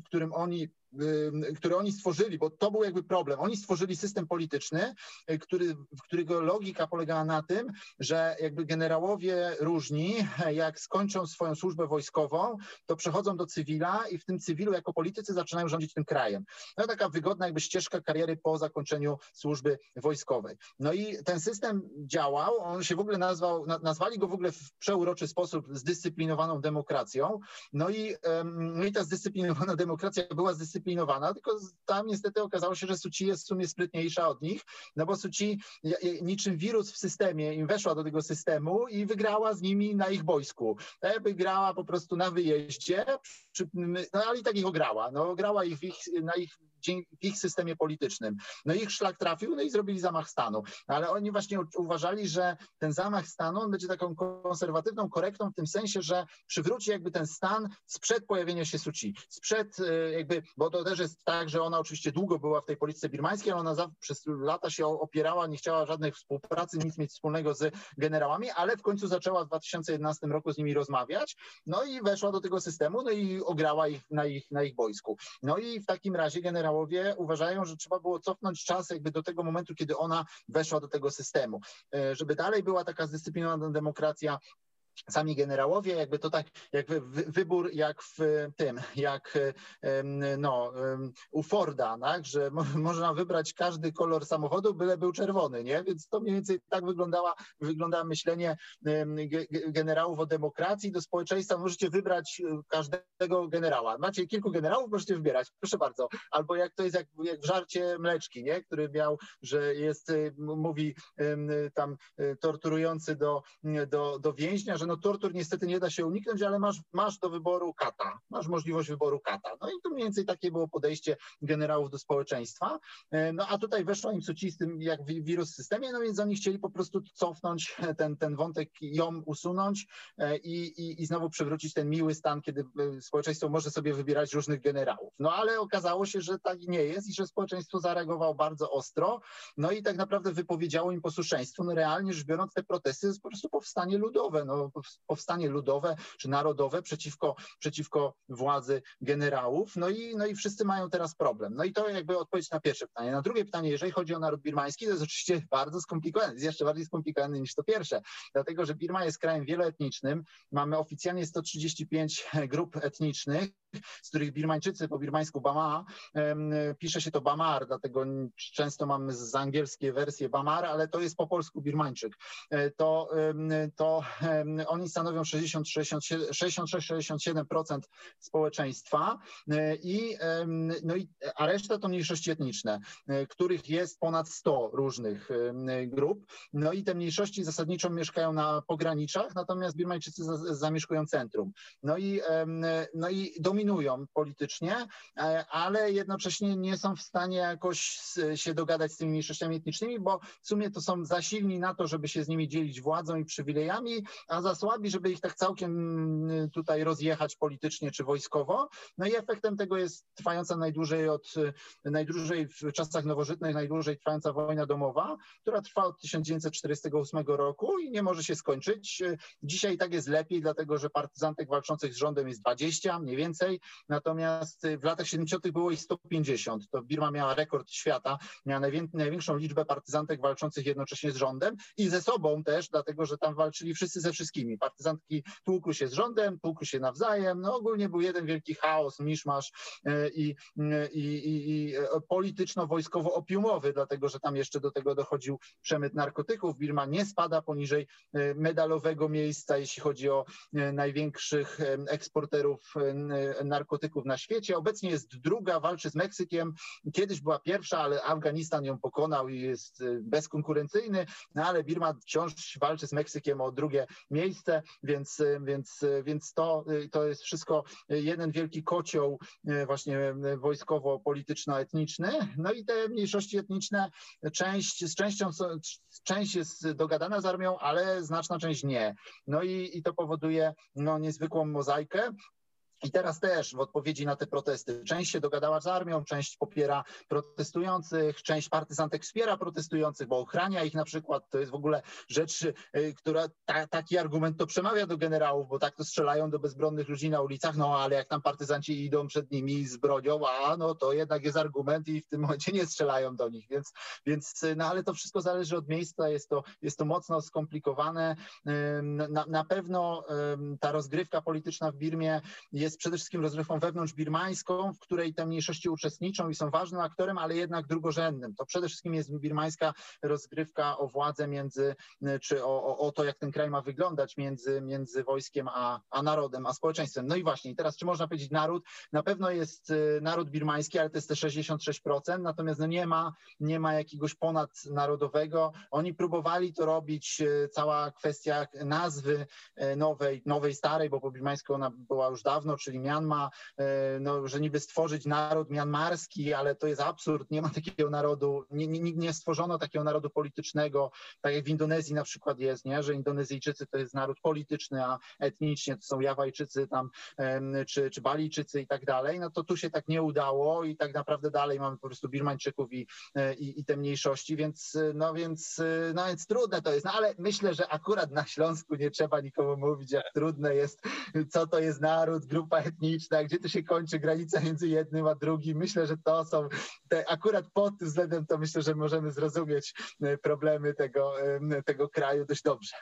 który oni stworzyli, bo to był jakby problem. Oni stworzyli system polityczny, którego logika polegała na tym, że jakby generałowie różni, jak skończą swoją służbę wojskową, to przechodzą do cywila i w tym cywilu jako politycy zaczynają rządzić tym krajem. No taka wygodna jakby ścieżka kariery po zakończeniu służby wojskowej. No i ten system działał, on się w ogóle nazwali go w ogóle w przeuroczy sposób zdyscyplinowaną demokracją. No i ta zdyscyplinowana demokracja była zdyscyplinowana, tylko tam niestety okazało się, że Suu Kyi jest w sumie sprytniejsza od nich, no bo Suu Kyi niczym wirus w systemie im weszła do tego systemu i wygrała z nimi na ich boisku. Wygrała po prostu na wyjeździe, no ale i tak ich ograła. No, ograła ich w ich systemie politycznym. No ich szlak trafił, no i zrobili zamach stanu. Ale oni właśnie uważali, że ten zamach stanu on będzie taką konserwatywną korektą w tym sensie, że przywróci jakby ten stan sprzed pojawienia się Suu Kyi. Bo to też jest tak, że ona oczywiście długo była w tej polityce birmańskiej, ale ona przez lata się opierała, nie chciała żadnej współpracy, nic mieć wspólnego z generałami, ale w końcu zaczęła w 2011 roku z nimi rozmawiać, no i weszła do tego systemu, no i ograła ich na ich boisku. No i w takim razie generałowie uważają, że trzeba było cofnąć czas jakby do tego momentu, kiedy ona weszła do tego systemu. Żeby dalej była taka zdyscyplinowana demokracja, sami generałowie, jakby to tak, jakby wybór u Forda, tak, że można wybrać każdy kolor samochodu, byle był czerwony, nie? Więc to mniej więcej tak wygląda myślenie generałów o demokracji. Do społeczeństwa możecie wybrać każdego generała. Macie kilku generałów, możecie wybierać, proszę bardzo. Albo jak to jest jak w żarcie Mleczki, nie? Który miał, że mówi tam torturujący do więźnia, że no tortur niestety nie da się uniknąć, ale masz do wyboru kata, masz możliwość wyboru kata. No i to mniej więcej takie było podejście generałów do społeczeństwa. No a tutaj weszło im Suu Kyi z tym jak wirus w systemie, no więc oni chcieli po prostu cofnąć ten wątek, ją usunąć i znowu przywrócić ten miły stan, kiedy społeczeństwo może sobie wybierać różnych generałów. No ale okazało się, że tak nie jest i że społeczeństwo zareagowało bardzo ostro, no i tak naprawdę wypowiedziało im posłuszeństwo. No realnie rzecz biorąc te protesty to jest po prostu powstanie ludowe, powstanie ludowe czy narodowe przeciwko władzy generałów, no i wszyscy mają teraz problem. No i to jakby odpowiedź na pierwsze pytanie. Na drugie pytanie, jeżeli chodzi o naród birmański, to jest oczywiście bardzo skomplikowane, jest jeszcze bardziej skomplikowane niż to pierwsze, dlatego że Birma jest krajem wieloetnicznym, mamy oficjalnie 135 grup etnicznych, z których Birmańczycy po birmańsku Bama, pisze się to Bamar, dlatego często mamy z angielskie wersje Bamar, ale to jest po polsku Birmańczyk. To oni stanowią 66-67% społeczeństwa, a reszta to mniejszości etniczne, których jest ponad 100 różnych grup. No i te mniejszości zasadniczo mieszkają na pograniczach, natomiast Birmańczycy zamieszkują centrum. No i dominują politycznie, ale jednocześnie nie są w stanie jakoś się dogadać z tymi mniejszościami etnicznymi, bo w sumie to są za silni na to, żeby się z nimi dzielić władzą i przywilejami, a za słabi, żeby ich tak całkiem tutaj rozjechać politycznie czy wojskowo. No i efektem tego jest trwająca najdłużej w czasach nowożytnych, najdłużej trwająca wojna domowa, która trwa od 1948 roku i nie może się skończyć. Dzisiaj tak jest lepiej, dlatego że partyzantek walczących z rządem jest 20, mniej więcej, więcej, natomiast w latach 70. było ich 150. To Birma miała rekord świata, miała największą liczbę partyzantek walczących jednocześnie z rządem i ze sobą też, dlatego że tam walczyli wszyscy ze wszystkimi. Partyzantki tłukły się z rządem, tłukły się nawzajem, no ogólnie był jeden wielki chaos, miszmasz i polityczno-wojskowo-opiumowy, dlatego że tam jeszcze do tego dochodził przemyt narkotyków. Birma nie spada poniżej medalowego miejsca, jeśli chodzi o największych eksporterów narkotyków na świecie. Obecnie jest druga, walczy z Meksykiem. Kiedyś była pierwsza, ale Afganistan ją pokonał i jest bezkonkurencyjny, no ale Birma wciąż walczy z Meksykiem o drugie miejsce, więc to jest wszystko jeden wielki kocioł właśnie wojskowo-polityczno-etniczny. No i te mniejszości etniczne, część jest dogadana z armią, ale znaczna część nie. No i to powoduje niezwykłą mozaikę. I teraz też w odpowiedzi na te protesty część się dogadała z armią, część popiera protestujących, część partyzantek wspiera protestujących, bo ochrania ich na przykład. To jest w ogóle rzecz, która taki argument to przemawia do generałów, bo tak to strzelają do bezbronnych ludzi na ulicach, no ale jak tam partyzanci idą przed nimi z bronią, no to jednak jest argument i w tym momencie nie strzelają do nich, więc no ale to wszystko zależy od miejsca, jest to mocno skomplikowane. Na pewno ta rozgrywka polityczna w Birmie jest przede wszystkim rozrywką wewnątrzbirmańską, w której te mniejszości uczestniczą i są ważnym aktorem, ale jednak drugorzędnym. To przede wszystkim jest birmańska rozgrywka o władzę czy o to, jak ten kraj ma wyglądać między wojskiem a narodem, a społeczeństwem. No i właśnie, teraz czy można powiedzieć naród? Na pewno jest naród birmański, ale to jest te 66%, natomiast nie ma jakiegoś ponadnarodowego. Oni próbowali to robić, cała kwestia nazwy nowej, starej, bo po birmańsku ona była już dawno, czyli Mianma, że niby stworzyć naród mianmarski, ale to jest absurd, nie ma takiego narodu, nie stworzono takiego narodu politycznego, tak jak w Indonezji na przykład jest, nie? Że Indonezyjczycy to jest naród polityczny, a etnicznie to są Jawajczycy tam, czy Balijczycy i tak dalej, no to tu się tak nie udało i tak naprawdę dalej mamy po prostu Birmańczyków i te mniejszości, więc trudne to jest, no ale myślę, że akurat na Śląsku nie trzeba nikomu mówić, jak trudne jest, co to jest naród, grupa etniczna, gdzie to się kończy granica między jednym a drugim. Myślę, że to są akurat pod tym względem to myślę, że możemy zrozumieć problemy tego kraju dość dobrze.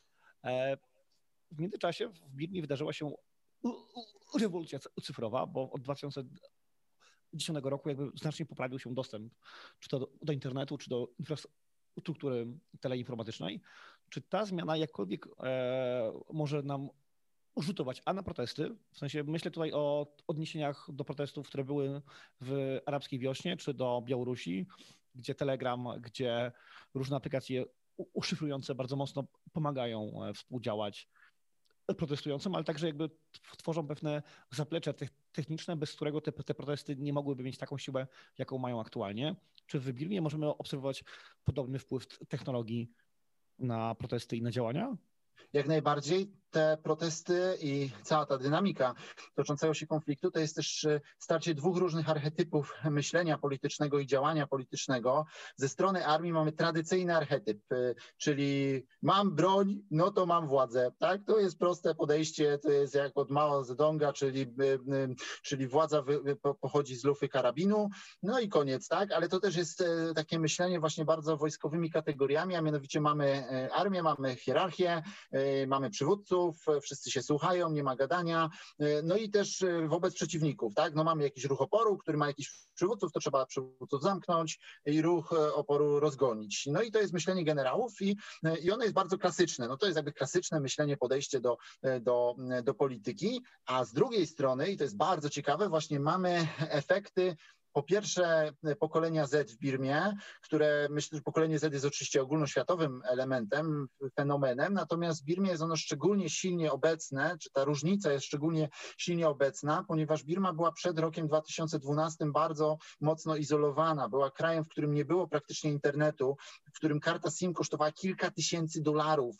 W międzyczasie w Birmie wydarzyła się rewolucja cyfrowa, bo od 2010 roku jakby znacznie poprawił się dostęp czy to do internetu, czy do infrastruktury teleinformatycznej. Czy ta zmiana jakkolwiek może nam rzutować, a na protesty, w sensie myślę tutaj o odniesieniach do protestów, które były w arabskiej wiośnie, czy do Białorusi, gdzie Telegram, gdzie różne aplikacje uszyfrujące bardzo mocno pomagają współdziałać protestującym, ale także jakby tworzą pewne zaplecze techniczne, bez którego te protesty nie mogłyby mieć taką siłę, jaką mają aktualnie. Czy w Birmie możemy obserwować podobny wpływ technologii na protesty i na działania? Jak najbardziej. Te protesty i cała ta dynamika toczącego się konfliktu to jest też starcie dwóch różnych archetypów myślenia politycznego i działania politycznego. Ze strony armii mamy tradycyjny archetyp, czyli mam broń, no to mam władzę. Tak? To jest proste podejście, to jest jak od Mao Zedonga, czyli władza pochodzi z lufy karabinu, no i koniec, tak? Ale to też jest takie myślenie właśnie bardzo wojskowymi kategoriami, a mianowicie mamy armię, mamy hierarchię, mamy przywódców, wszyscy się słuchają, nie ma gadania, no i też wobec przeciwników, tak? No mamy jakiś ruch oporu, który ma jakichś przywódców, to trzeba przywódców zamknąć i ruch oporu rozgonić. No i to jest myślenie generałów i ono jest bardzo klasyczne. No to jest jakby klasyczne myślenie, podejście do polityki, a z drugiej strony, i to jest bardzo ciekawe, właśnie mamy efekty po pierwsze pokolenia Z w Birmie, które myślę, że pokolenie Z jest oczywiście ogólnoświatowym elementem, fenomenem, natomiast w Birmie jest ono szczególnie silnie obecne, czy ta różnica jest szczególnie silnie obecna, ponieważ Birma była przed rokiem 2012 bardzo mocno izolowana. Była krajem, w którym nie było praktycznie internetu, w którym karta SIM kosztowała kilka tysięcy $, w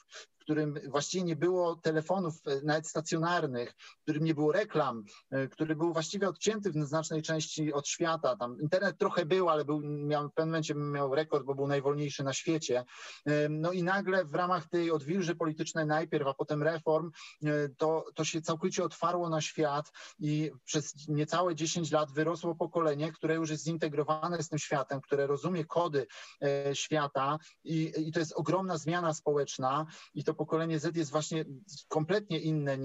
którym właściwie nie było telefonów nawet stacjonarnych, w którym nie było reklam, który był właściwie odcięty w znacznej części od świata. Tam internet trochę był, ale w pewnym momencie miał rekord, bo był najwolniejszy na świecie. No i nagle w ramach tej odwilży politycznej najpierw, a potem reform, to się całkowicie otwarło na świat i przez niecałe 10 lat wyrosło pokolenie, które już jest zintegrowane z tym światem, które rozumie kody świata i to jest ogromna zmiana społeczna i to pokolenie Z jest właśnie kompletnie inne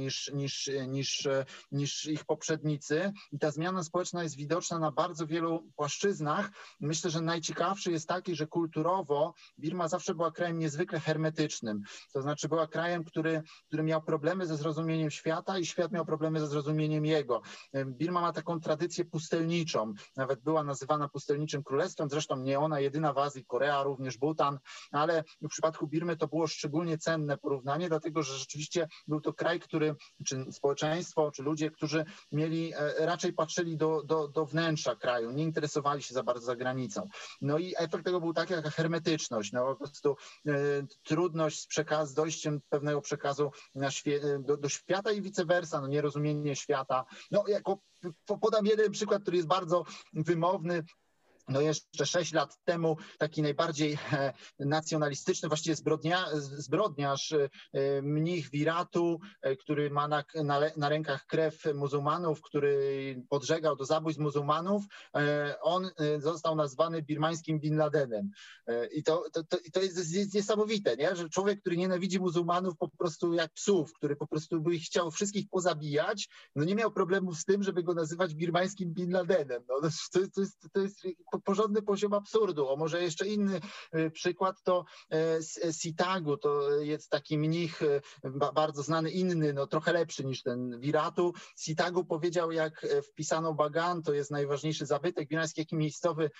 niż ich poprzednicy i ta zmiana społeczna jest widoczna na bardzo wielu płaszczyznach. Myślę, że najciekawszy jest taki, że kulturowo Birma zawsze była krajem niezwykle hermetycznym, to znaczy była krajem, który miał problemy ze zrozumieniem świata i świat miał problemy ze zrozumieniem jego. Birma ma taką tradycję pustelniczą, nawet była nazywana pustelniczym królestwem, zresztą nie ona jedyna w Azji, Korea, również Butan, ale w przypadku Birmy to było szczególnie cenne porównanie, dlatego że rzeczywiście był to kraj, czy społeczeństwo, czy ludzie, którzy raczej patrzyli do wnętrza kraju, nie interesowali się za bardzo za granicą. No i efekt tego był taki jak hermetyczność, no po prostu trudność z dojściem pewnego przekazu do świata i vice versa, no nierozumienie świata. No podam jeden przykład, który jest bardzo wymowny. No jeszcze 6 lat temu taki najbardziej nacjonalistyczny, właściwie zbrodniarz, mnich Wiratu, który ma na rękach krew muzułmanów, który podżegał do zabójstw muzułmanów, on został nazwany birmańskim Bin Ladenem. I to jest niesamowite, nie? Że człowiek, który nienawidzi muzułmanów po prostu jak psów, który po prostu by chciał wszystkich pozabijać, no nie miał problemów z tym, żeby go nazywać birmańskim Bin Ladenem. No, to jest porządny poziom absurdu. O może jeszcze inny przykład to Sitagu, to jest taki mnich bardzo znany, inny, no trochę lepszy niż ten Wiratu. Sitagu powiedział, jak wpisano Bagan, to jest najważniejszy zabytek birmański, jaki miejscowy,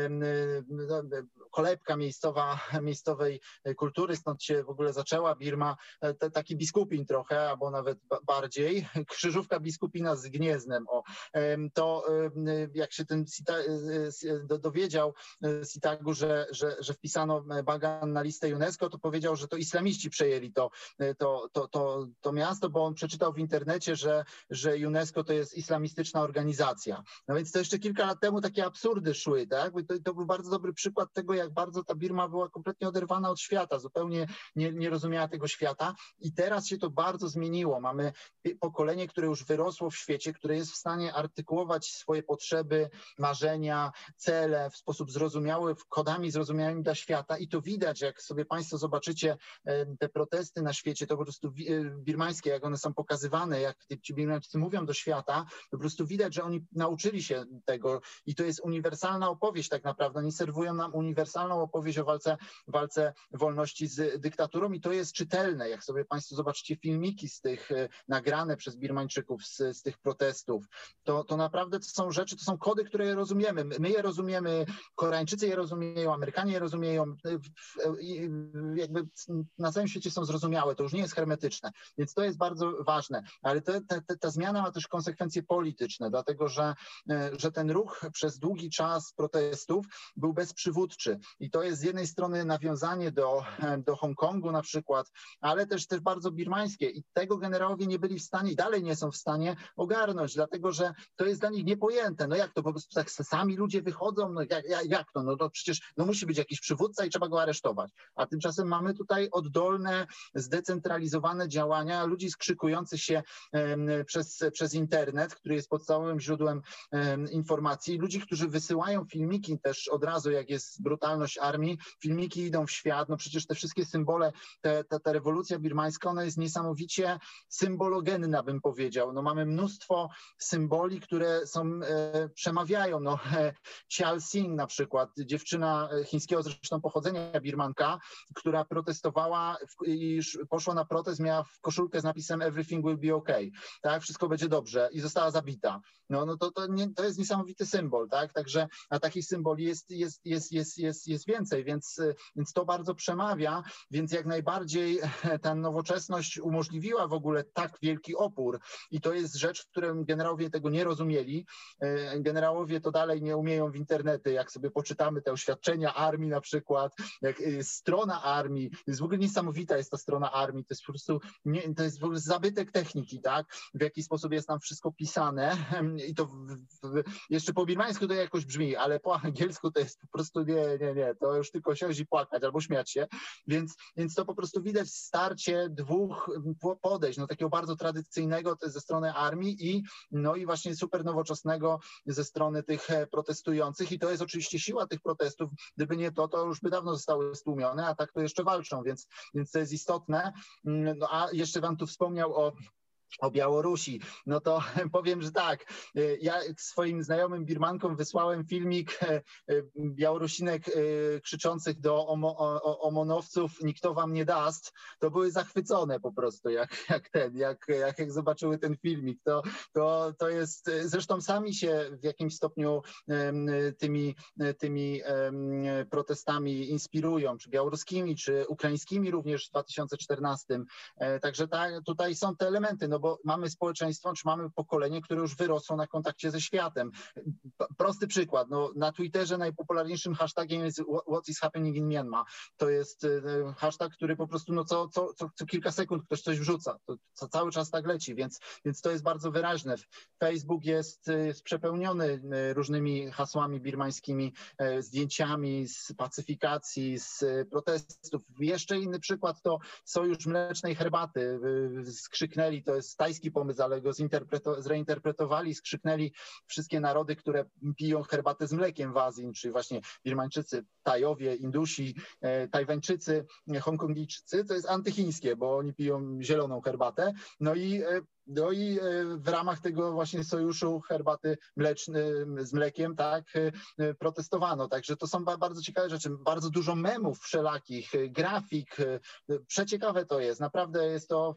kolebka miejscowej kultury, stąd się w ogóle zaczęła Birma, taki biskupin trochę, albo nawet bardziej, krzyżówka biskupina z Gnieznem. To jak się ten dowiedział Sitagu, że wpisano Bagan na listę UNESCO, to powiedział, że to islamiści przejęli to miasto, bo on przeczytał w internecie, że UNESCO to jest islamistyczna organizacja. No więc to jeszcze kilka lat temu takie absurdy szły, tak? To był bardzo dobry przykład tego, jak bardzo ta Birma była kompletnie oderwana od świata, zupełnie nie rozumiała tego świata i teraz się to bardzo zmieniło. Mamy pokolenie, które już wyrosło w świecie, które jest w stanie artykułować swoje potrzeby, marzenia, cele w sposób zrozumiały, kodami zrozumiałymi dla świata i to widać, jak sobie Państwo zobaczycie te protesty na świecie, to po prostu birmańskie, jak one są pokazywane, jak ci Birmańczycy mówią do świata, to po prostu widać, że oni nauczyli się tego i to jest uniwersalna opowieść tak naprawdę. Oni serwują nam uniwersalną opowieść o walce wolności z dyktaturą i to jest czytelne. Jak sobie Państwo zobaczycie filmiki z tych nagrane przez Birmańczyków z tych protestów, to naprawdę to są rzeczy, to są kody, które rozumiemy. My je rozumiemy, Koreańczycy je rozumieją, Amerykanie je rozumieją, jakby na całym świecie są zrozumiałe, to już nie jest hermetyczne, więc to jest bardzo ważne, ale ta zmiana ma też konsekwencje polityczne, dlatego że ten ruch przez długi czas protestów był bezprzywódczy i to jest z jednej strony nawiązanie do Hongkongu na przykład, ale też bardzo birmańskie i tego generałowie nie byli w stanie i dalej nie są w stanie ogarnąć, dlatego że to jest dla nich niepojęte. No jak to po prostu tak sami ludzie wychodzą, no jak to? No to przecież musi być jakiś przywódca i trzeba go aresztować. A tymczasem mamy tutaj oddolne, zdecentralizowane działania ludzi skrzykujących się przez internet, który jest podstawowym źródłem informacji, ludzi, którzy wysyłają filmiki też od razu, jak jest brutalność armii, filmiki idą w świat, no przecież te wszystkie symbole, ta rewolucja birmańska, ona jest niesamowicie symbologenna, bym powiedział. No mamy mnóstwo symboli, które przemawiają. No, Chial Singh na przykład, dziewczyna chińskiego zresztą pochodzenia, Birmanka, która protestowała i poszła na protest, miała koszulkę z napisem Everything will be okay, tak, wszystko będzie dobrze i została zabita. No to jest niesamowity symbol, tak, także a takich symboli jest więcej, więc to bardzo przemawia, więc jak najbardziej ta nowoczesność umożliwiła w ogóle tak wielki opór i to jest rzecz, w której generałowie tego nie rozumieli. Generałowie to dalej nie umieją w internety, jak sobie poczytamy te oświadczenia armii na przykład, jak strona armii, jest w ogóle niesamowita jest ta strona armii, to jest po prostu, to jest w ogóle zabytek techniki, tak? W jaki sposób jest tam wszystko pisane i to jeszcze po birmańsku to jakoś brzmi, ale po angielsku to jest po prostu nie, to już tylko siąść i płakać albo śmiać się, więc to po prostu widać starcie dwóch podejść, no takiego bardzo tradycyjnego to jest ze strony armii i właśnie super nowoczesnego ze strony tych protestujących i to jest oczywiście siła tych protestów, gdyby nie to już by dawno zostały stłumione, a tak to jeszcze walczą, więc to jest istotne. No a jeszcze wam tu wspomniał o Białorusi, no to powiem, że tak, ja swoim znajomym Birmankom wysłałem filmik Białorusinek krzyczących do OMON-owców, nikt to wam nie daст, to były zachwycone po prostu, jak zobaczyły ten filmik, to jest, zresztą sami się w jakimś stopniu tymi protestami inspirują, czy białoruskimi, czy ukraińskimi również w 2014, także tutaj są te elementy, no bo mamy społeczeństwo, czy mamy pokolenie, które już wyrosło na kontakcie ze światem. Prosty przykład, no, na Twitterze najpopularniejszym hashtagiem jest What is happening in Myanmar. To jest hashtag, który po prostu co kilka sekund ktoś coś wrzuca. To cały czas tak leci, więc to jest bardzo wyraźne. Facebook jest przepełniony różnymi hasłami birmańskimi, zdjęciami z pacyfikacji, z protestów. Jeszcze inny przykład to Sojusz Mlecznej Herbaty. Skrzyknęli, to jest tajski pomysł, ale go zreinterpretowali, skrzyknęli wszystkie narody, które piją herbatę z mlekiem w Azji, czyli właśnie Birmańczycy, Tajowie, Indusi, Tajwańczycy, Hongkongijczycy, to jest antychińskie, bo oni piją zieloną herbatę. No i w ramach tego właśnie sojuszu herbaty z mlekiem, tak, protestowano. Także to są bardzo ciekawe rzeczy. Bardzo dużo memów wszelakich, grafik. Przeciekawe to jest. Naprawdę jest to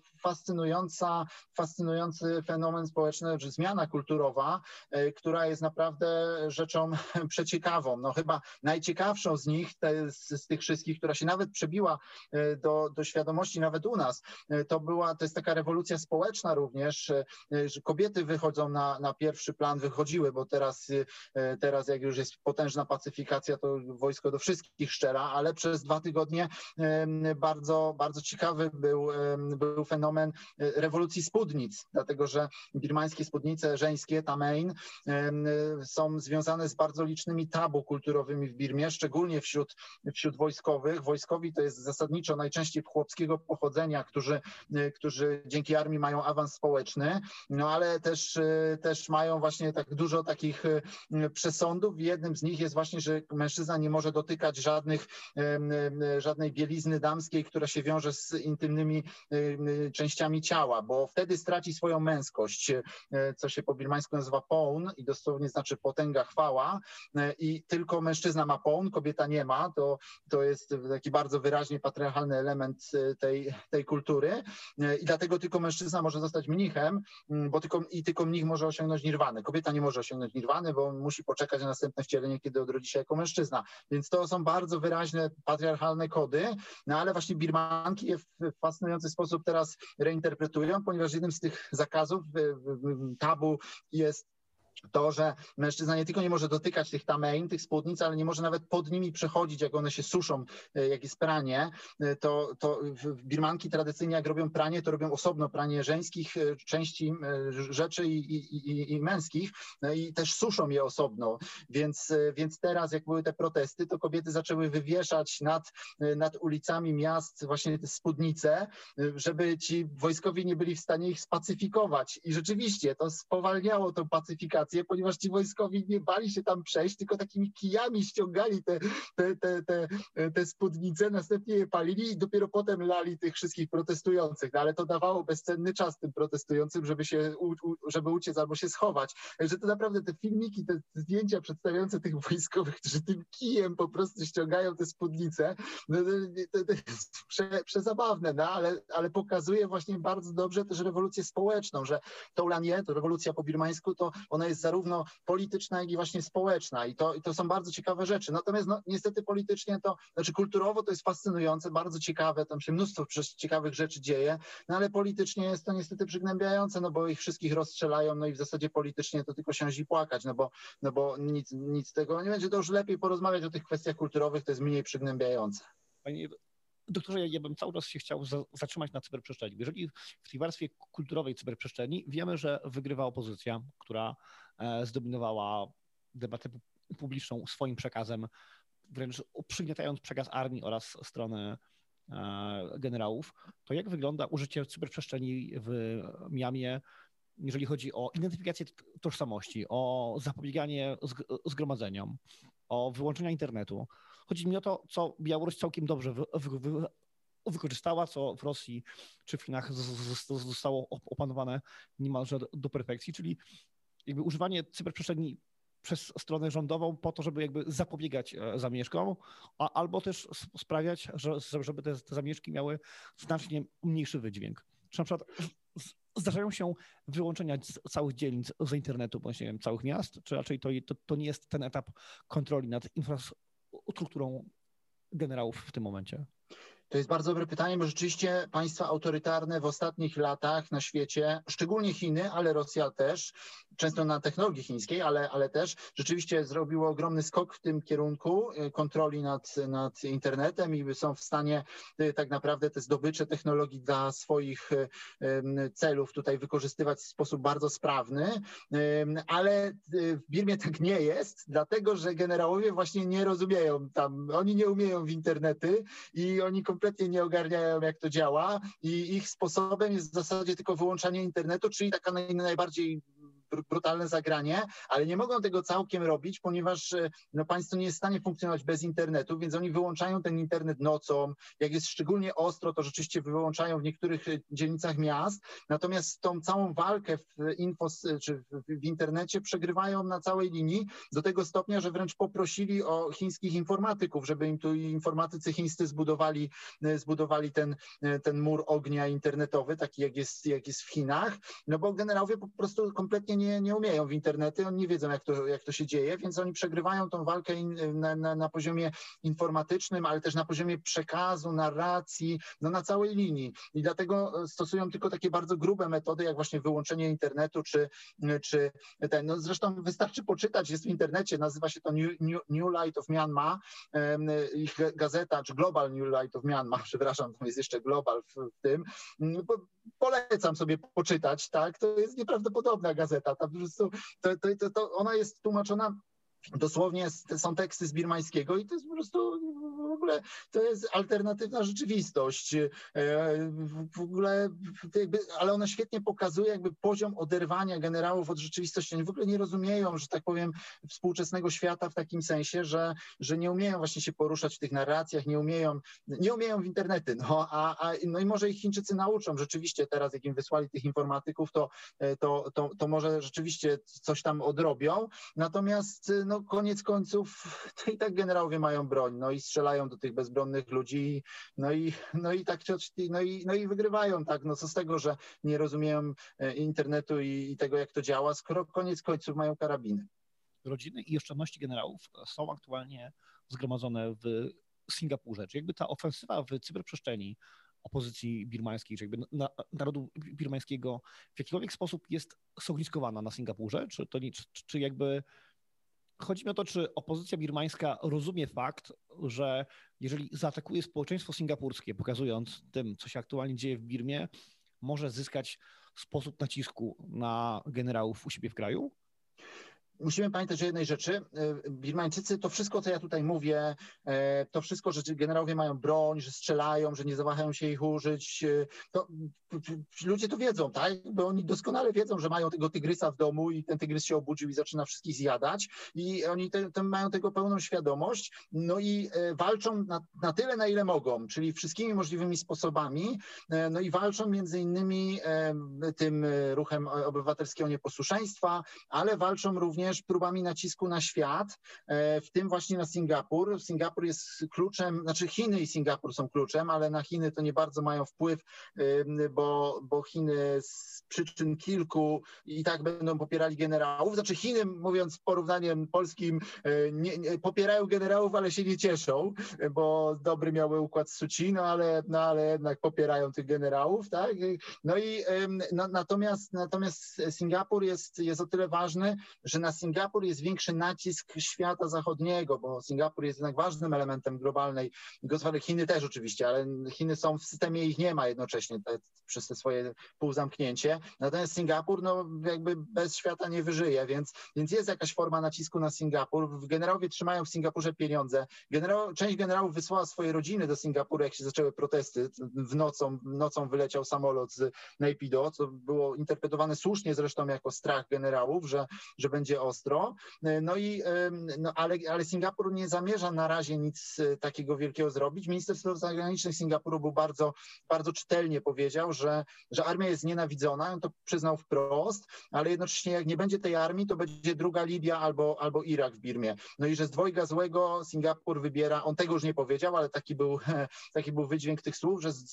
fascynujący fenomen społeczny, czy zmiana kulturowa, która jest naprawdę rzeczą przeciekawą. No chyba najciekawszą z nich, z tych wszystkich, która się nawet przebiła do świadomości nawet u nas, to jest taka rewolucja społeczna również, że kobiety wychodzą na pierwszy plan, wychodziły, bo teraz jak już jest potężna pacyfikacja, to wojsko do wszystkich szczera, ale przez 2 tygodnie bardzo, bardzo ciekawy był fenomen rewolucji spódnic, dlatego że birmańskie spódnice żeńskie, tamein, są związane z bardzo licznymi tabu kulturowymi w Birmie, szczególnie wśród wojskowych. Wojskowi to jest zasadniczo najczęściej chłopskiego pochodzenia, którzy dzięki armii mają awans społeczny, no ale też mają właśnie tak dużo takich przesądów. Jednym z nich jest właśnie, że mężczyzna nie może dotykać żadnej bielizny damskiej, która się wiąże z intymnymi częściami ciała, bo wtedy straci swoją męskość, co się po birmańsku nazywa poun i dosłownie znaczy potęga, chwała, i tylko mężczyzna ma poun, kobieta nie ma. To jest taki bardzo wyraźnie patriarchalny element tej kultury i dlatego tylko mężczyzna może zostać mnichem, bo tylko mnich może osiągnąć nirwanę. Kobieta nie może osiągnąć nirwany, bo musi poczekać na następne wcielenie, kiedy odrodzi się jako mężczyzna. Więc to są bardzo wyraźne patriarchalne kody, no ale właśnie Birmanki je w fascynujący sposób teraz reinterpretują, ponieważ jednym z tych zakazów, tabu jest to, że mężczyzna nie tylko nie może dotykać tych tamein, tych spódnic, ale nie może nawet pod nimi przechodzić, jak one się suszą, jak jest pranie. To Birmanki tradycyjnie, jak robią pranie, to robią osobno pranie żeńskich części rzeczy i męskich, no i też suszą je osobno. Więc teraz, jak były te protesty, to kobiety zaczęły wywieszać nad ulicami miast właśnie te spódnice, żeby ci wojskowi nie byli w stanie ich spacyfikować. I rzeczywiście to spowalniało tą pacyfikację, ponieważ ci wojskowi nie bali się tam przejść, tylko takimi kijami ściągali te spódnice, następnie je palili i dopiero potem lali tych wszystkich protestujących. No, ale to dawało bezcenny czas tym protestującym, żeby uciec albo się schować. Także to naprawdę te filmiki, te zdjęcia przedstawiające tych wojskowych, którzy tym kijem po prostu ściągają te spódnice, no, to jest przezabawne, no, ale pokazuje właśnie bardzo dobrze też rewolucję społeczną, że to Ulanie, to rewolucja po birmańsku, to ona jest jest zarówno polityczna, jak i właśnie społeczna i to są bardzo ciekawe rzeczy. Natomiast no, niestety politycznie kulturowo to jest fascynujące, bardzo ciekawe, tam się mnóstwo ciekawych rzeczy dzieje, no ale politycznie jest to niestety przygnębiające, no bo ich wszystkich rozstrzelają, no i w zasadzie politycznie to tylko siąść i płakać, no bo nic z tego nie będzie, to już lepiej porozmawiać o tych kwestiach kulturowych, to jest mniej przygnębiające. Panie doktorze, ja bym cały czas się chciał zatrzymać na cyberprzestrzeni. Jeżeli w tej warstwie kulturowej cyberprzestrzeni wiemy, że wygrywa opozycja, która zdominowała debatę publiczną swoim przekazem, wręcz przygniatając przekaz armii oraz strony generałów, to jak wygląda użycie cyberprzestrzeni w Miamie, jeżeli chodzi o identyfikację tożsamości, o zapobieganie zgromadzeniom, o wyłączenia internetu? Chodzi mi o to, co Białoruś całkiem dobrze wykorzystała, co w Rosji czy w Chinach zostało opanowane niemalże do perfekcji, czyli jakby używanie cyberprzestrzeni przez stronę rządową po to, żeby jakby zapobiegać zamieszkom, albo też sprawiać, żeby te zamieszki miały znacznie mniejszy wydźwięk. Czy na przykład zdarzają się wyłączenia całych dzielnic z internetu, bądź nie wiem, całych miast, czy raczej to nie jest ten etap kontroli nad infrastrukturą generałów w tym momencie? To jest bardzo dobre pytanie, bo rzeczywiście państwa autorytarne w ostatnich latach na świecie, szczególnie Chiny, ale Rosja też, często na technologii chińskiej, ale też rzeczywiście zrobiło ogromny skok w tym kierunku kontroli nad internetem i są w stanie tak naprawdę te zdobycze technologii dla swoich celów tutaj wykorzystywać w sposób bardzo sprawny, ale w Birmie tak nie jest, dlatego że generałowie właśnie nie rozumieją oni nie umieją w internety i oni kompletnie nie ogarniają, jak to działa i ich sposobem jest w zasadzie tylko wyłączanie internetu, czyli taka najbardziej brutalne zagranie, ale nie mogą tego całkiem robić, ponieważ państwo nie jest w stanie funkcjonować bez internetu, więc oni wyłączają ten internet nocą. Jak jest szczególnie ostro, to rzeczywiście wyłączają w niektórych dzielnicach miast, natomiast tą całą walkę w internecie przegrywają na całej linii do tego stopnia, że wręcz poprosili o chińskich informatyków, żeby im tu informatycy chińscy zbudowali ten mur ognia internetowy, taki jak jest w Chinach, no bo generałowie po prostu kompletnie nie umieją w internety, oni nie wiedzą, jak to się dzieje, więc oni przegrywają tą walkę na poziomie informatycznym, ale też na poziomie przekazu, narracji, no na całej linii. I dlatego stosują tylko takie bardzo grube metody, jak właśnie wyłączenie internetu, czy no zresztą wystarczy poczytać, jest w internecie, nazywa się to New Light of Myanmar, ich gazeta, czy Global New Light of Myanmar, przepraszam, tam jest jeszcze Global w tym. Polecam sobie poczytać, tak, to jest nieprawdopodobna gazeta, ta po prostu, ona jest tłumaczona dosłownie są teksty z birmańskiego i to jest po prostu w ogóle, to jest alternatywna rzeczywistość. W ogóle ale ona świetnie pokazuje jakby poziom oderwania generałów od rzeczywistości. Oni w ogóle nie rozumieją, że tak powiem, współczesnego świata w takim sensie, że nie umieją właśnie się poruszać w tych narracjach, nie umieją w internety. No i może ich Chińczycy nauczą. Rzeczywiście teraz, jak im wysłali tych informatyków, to może rzeczywiście coś tam odrobią. Natomiast no koniec końców to i tak generałowie mają broń, no i strzelają do tych bezbronnych ludzi, no i wygrywają, tak, no co z tego, że nie rozumieją internetu i tego, jak to działa, skoro koniec końców mają karabiny. Rodziny i oszczędności generałów są aktualnie zgromadzone w Singapurze. Czy jakby ta ofensywa w cyberprzestrzeni opozycji birmańskiej, czy jakby narodu birmańskiego w jakikolwiek sposób jest zogniskowana na Singapurze? Czy jakby chodzi mi o to, czy opozycja birmańska rozumie fakt, że jeżeli zaatakuje społeczeństwo singapurskie, pokazując tym, co się aktualnie dzieje w Birmie, może zyskać sposób nacisku na generałów u siebie w kraju? Musimy pamiętać o jednej rzeczy. Birmańczycy, to wszystko, co ja tutaj mówię, to wszystko, że generałowie mają broń, że strzelają, że nie zawahają się ich użyć, to ludzie to wiedzą, tak? Bo oni doskonale wiedzą, że mają tego tygrysa w domu i ten tygrys się obudził i zaczyna wszystkich zjadać i oni mają tego pełną świadomość, no i walczą na tyle, na ile mogą, czyli wszystkimi możliwymi sposobami, no i walczą między innymi tym ruchem obywatelskiego nieposłuszeństwa, ale walczą również również próbami nacisku na świat, w tym właśnie na Singapur. Singapur jest kluczem, znaczy Chiny i Singapur są kluczem, ale na Chiny to nie bardzo mają wpływ, bo Chiny z przyczyn kilku i tak będą popierali generałów. Znaczy Chiny, mówiąc porównaniem polskim, popierają generałów, ale się nie cieszą, bo dobry miały układ z Suci, ale jednak popierają tych generałów, tak? No i natomiast Singapur jest o tyle ważny, że na Singapur jest większy nacisk świata zachodniego, bo Singapur jest jednak ważnym elementem globalnej gospodarki. Chiny też oczywiście, ale Chiny są w systemie, ich nie ma jednocześnie przez te swoje półzamknięcie. Natomiast Singapur jakby bez świata nie wyżyje, więc jest jakaś forma nacisku na Singapur. Generałowie trzymają w Singapurze pieniądze. Część generałów wysłała swoje rodziny do Singapuru, jak się zaczęły protesty. Nocą wyleciał samolot z Naypyidaw, co było interpretowane słusznie zresztą jako strach generałów, że będzie ostro. Ale Singapur nie zamierza na razie nic takiego wielkiego zrobić. Minister Spraw Zagranicznych Singapuru był bardzo, bardzo czytelnie powiedział, że armia jest nienawidzona, on to przyznał wprost, ale jednocześnie jak nie będzie tej armii, to będzie druga Libia albo Irak w Birmie. No i że z dwojga złego Singapur wybiera, on tego już nie powiedział, ale taki był wydźwięk tych słów, że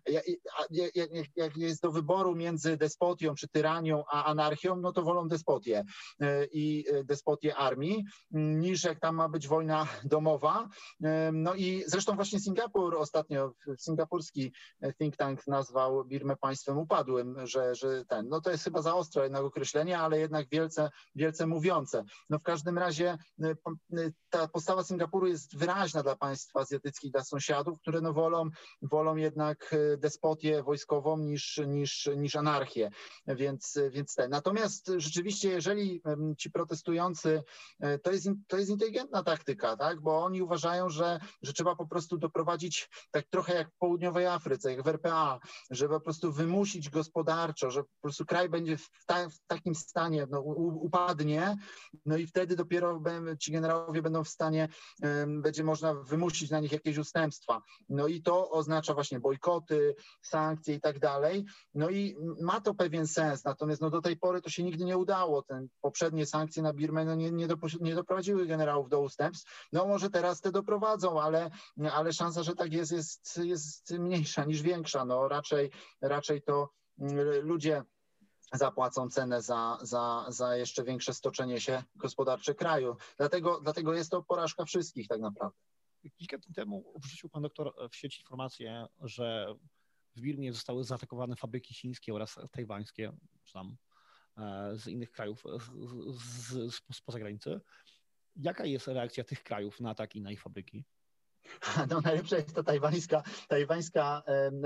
jak jest do wyboru między despotią czy tyranią a anarchią, no to wolą despotię i despotię armii, niż jak tam ma być wojna domowa. No i zresztą właśnie Singapur ostatnio, singapurski think tank nazwał Birmę państwem upadłym, że to jest chyba za ostre jednak określenie, ale jednak wielce mówiące. No w każdym razie ta postawa Singapuru jest wyraźna dla państw azjatyckich, dla sąsiadów, które wolą jednak despotię wojskową niż anarchię. Natomiast rzeczywiście, jeżeli ci protestujący, to jest inteligentna taktyka, tak? Bo oni uważają, że trzeba po prostu doprowadzić tak trochę jak w południowej Afryce, jak w RPA, żeby po prostu wymusić gospodarczo, że po prostu kraj będzie w takim stanie, upadnie, no i wtedy dopiero ci generałowie będą w stanie, będzie można wymusić na nich jakieś ustępstwa. No i to oznacza właśnie bojkoty, sankcje i tak dalej. No i ma to pewien sens, natomiast do tej pory to się nigdy nie udało. Te poprzednie sankcje na Birmę nie doprowadziły generałów do ustępstw. No może teraz te doprowadzą, ale szansa, że tak jest mniejsza niż większa. No raczej to ludzie zapłacą cenę za jeszcze większe stoczenie się gospodarcze kraju. Dlatego jest to porażka wszystkich tak naprawdę. Kilka dni temu wrzucił pan doktor w sieć informację, że w Birmie zostały zaatakowane fabryki chińskie oraz tajwańskie, czy tam z innych krajów spoza granicy. Jaka jest reakcja tych krajów na ataki na ich fabryki? No najlepsza jest ta tajwańska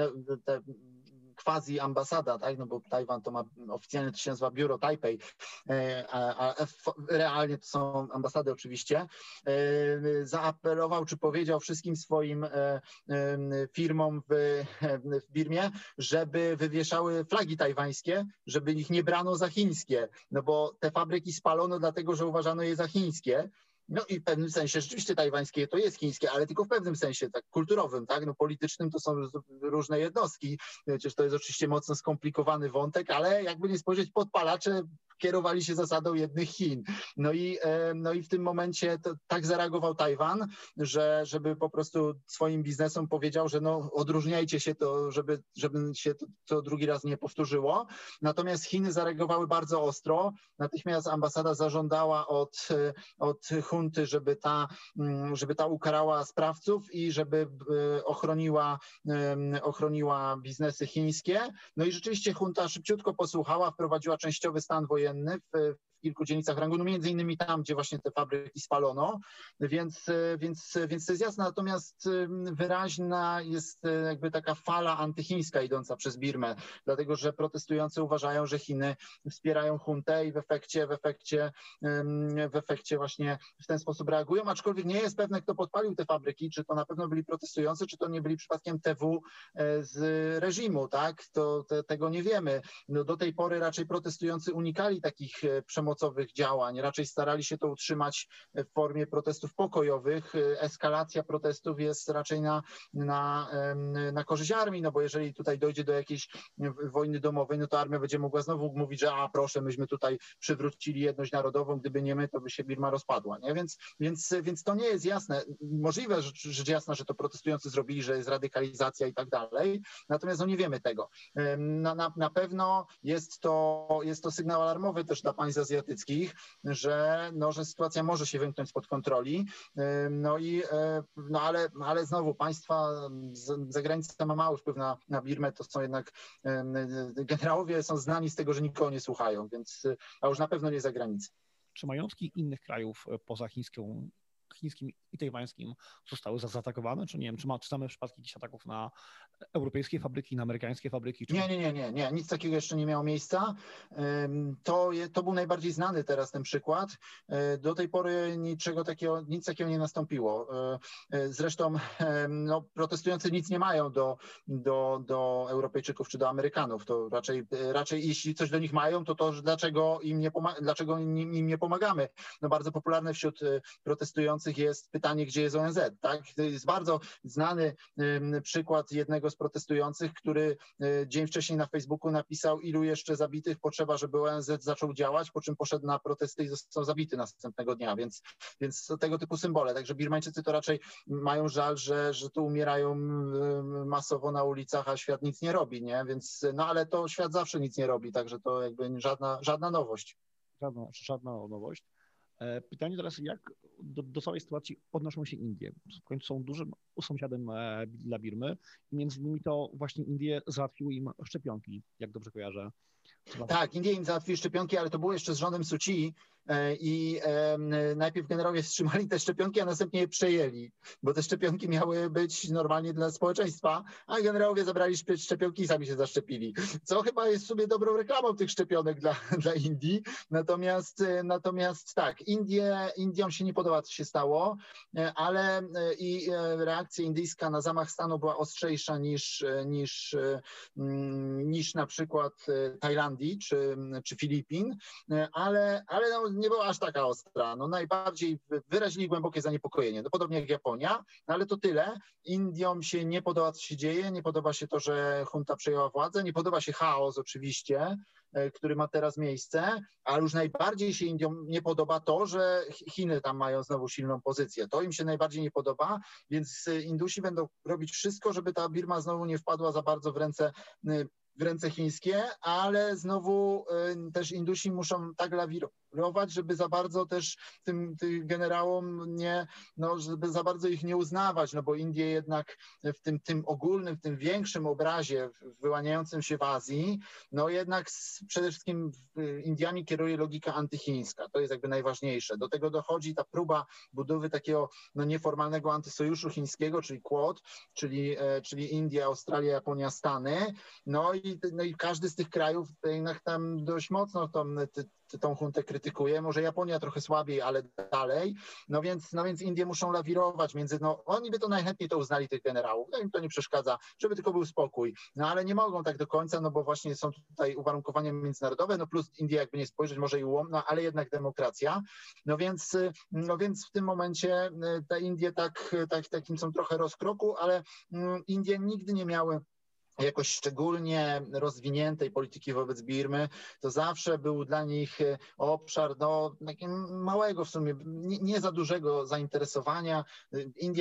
quasi ambasada, tak? No bo Tajwan to ma oficjalnie, to się nazywa biuro Tajpej, a realnie to są ambasady oczywiście, zaapelował czy powiedział wszystkim swoim firmom w Birmie, żeby wywieszały flagi tajwańskie, żeby ich nie brano za chińskie, no bo te fabryki spalono dlatego, że uważano je za chińskie. No i w pewnym sensie rzeczywiście tajwańskie to jest chińskie, ale tylko w pewnym sensie tak kulturowym, tak? No politycznym to są różne jednostki. Przecież to jest oczywiście mocno skomplikowany wątek, ale jakby nie spojrzeć, podpalacze kierowali się zasadą jednych Chin. No i w tym momencie tak zareagował Tajwan, żeby po prostu swoim biznesom powiedział, że odróżniajcie się to, żeby się to drugi raz nie powtórzyło. Natomiast Chiny zareagowały bardzo ostro. Natychmiast ambasada zażądała od junty, żeby ta ukarała sprawców i żeby ochroniła biznesy chińskie. No i rzeczywiście junta szybciutko posłuchała, wprowadziła częściowy stan wojenny w kilku dzielnicach Rangunu, między innymi tam, gdzie właśnie te fabryki spalono, więc to jest jasne. Natomiast wyraźna jest jakby taka fala antychińska idąca przez Birmę, dlatego że protestujący uważają, że Chiny wspierają juntę i w efekcie właśnie w ten sposób reagują, aczkolwiek nie jest pewne, kto podpalił te fabryki, czy to na pewno byli protestujący, czy to nie byli przypadkiem TW z reżimu, tak? Tego nie wiemy. No, do tej pory raczej protestujący unikali uprawiali takich przemocowych działań, raczej starali się to utrzymać w formie protestów pokojowych. Eskalacja protestów jest raczej na korzyść armii, no bo jeżeli tutaj dojdzie do jakiejś wojny domowej, no to armia będzie mogła znowu mówić, że proszę, myśmy tutaj przywrócili jedność narodową, gdyby nie my, to by się Birma rozpadła, nie? Więc to nie jest jasne. Możliwe, rzecz jasna, że to protestujący zrobili, że jest radykalizacja i tak dalej, natomiast no nie wiemy tego. Na pewno jest to sygnał alarmowy też dla państw azjatyckich, że sytuacja może się wymknąć spod kontroli, ale znowu państwa zagranica ma mały wpływ na Birmę, to są jednak generałowie są znani z tego, że nikogo nie słuchają, a już na pewno nie za granicą. Czy majątki innych krajów poza chińskim i tajwańskim zostały zaatakowane? Czy nie wiem, czy mamy przypadki jakichś ataków na europejskie fabryki, na amerykańskie fabryki? Nie. Nic takiego jeszcze nie miało miejsca. To był najbardziej znany teraz ten przykład. Do tej pory nic takiego nie nastąpiło. Zresztą protestujący nic nie mają do Europejczyków czy do Amerykanów. To raczej jeśli coś do nich mają, to dlaczego im nie pomagamy? No bardzo popularne wśród protestujących jest pytanie, gdzie jest ONZ, tak? To jest bardzo znany przykład jednego z protestujących, który dzień wcześniej na Facebooku napisał, ilu jeszcze zabitych potrzeba, żeby ONZ zaczął działać, po czym poszedł na protesty i został zabity następnego dnia, więc to tego typu symbole. Także Birmańczycy to raczej mają żal, że tu umierają masowo na ulicach, a świat nic nie robi, nie? Więc, ale to świat zawsze nic nie robi, także to jakby żadna nowość. Żadna nowość. Pytanie teraz, jak do całej sytuacji odnoszą się Indie? W końcu są dużym sąsiadem dla Birmy i między innymi to właśnie Indie załatwiły im szczepionki, jak dobrze kojarzę. Tak, Indie im załatwiły szczepionki, ale to było jeszcze z rządem Suu Kyi i najpierw generałowie wstrzymali te szczepionki, a następnie je przejęli, bo te szczepionki miały być normalnie dla społeczeństwa, a generałowie zabrali szczepionki i sami się zaszczepili, co chyba jest w sumie dobrą reklamą tych szczepionek dla Indii. Natomiast tak, Indiom się nie podoba, co się stało, ale i reakcja indyjska na zamach stanu była ostrzejsza niż na przykład Tajlandii czy Filipin, ale nie była aż taka ostra. Najbardziej wyrazili głębokie zaniepokojenie, podobnie jak Japonia, ale to tyle. Indiom się nie podoba, co się dzieje, nie podoba się to, że junta przejęła władzę, nie podoba się chaos oczywiście, który ma teraz miejsce, ale już najbardziej się Indiom nie podoba to, że Chiny tam mają znowu silną pozycję. To im się najbardziej nie podoba, więc Indusi będą robić wszystko, żeby ta Birma znowu nie wpadła za bardzo w ręce chińskie, ale znowu też Indusi muszą tak lawirować, żeby za bardzo też tym generałom żeby za bardzo ich nie uznawać, bo Indie jednak w tym ogólnym, w tym większym obrazie wyłaniającym się w Azji, jednak przede wszystkim Indiami kieruje logika antychińska. To jest jakby najważniejsze. Do tego dochodzi ta próba budowy takiego nieformalnego antysojuszu chińskiego, czyli Quad, czyli India, Australia, Japonia, Stany. I każdy z tych krajów jednak tam dość mocno tą juntę krytykuje. Może Japonia trochę słabiej, ale dalej. No więc Indie muszą lawirować między, oni by to najchętniej to uznali, tych generałów. Im to nie przeszkadza, żeby tylko był spokój. Ale nie mogą tak do końca, bo właśnie są tutaj uwarunkowania międzynarodowe, plus Indie jakby nie spojrzeć, może i ułomna, ale jednak demokracja. Więc w tym momencie te Indie takim są trochę rozkroku, ale Indie nigdy nie miały jakoś szczególnie rozwiniętej polityki wobec Birmy. To zawsze był dla nich obszar takiego małego w sumie, nie za dużego zainteresowania. Indie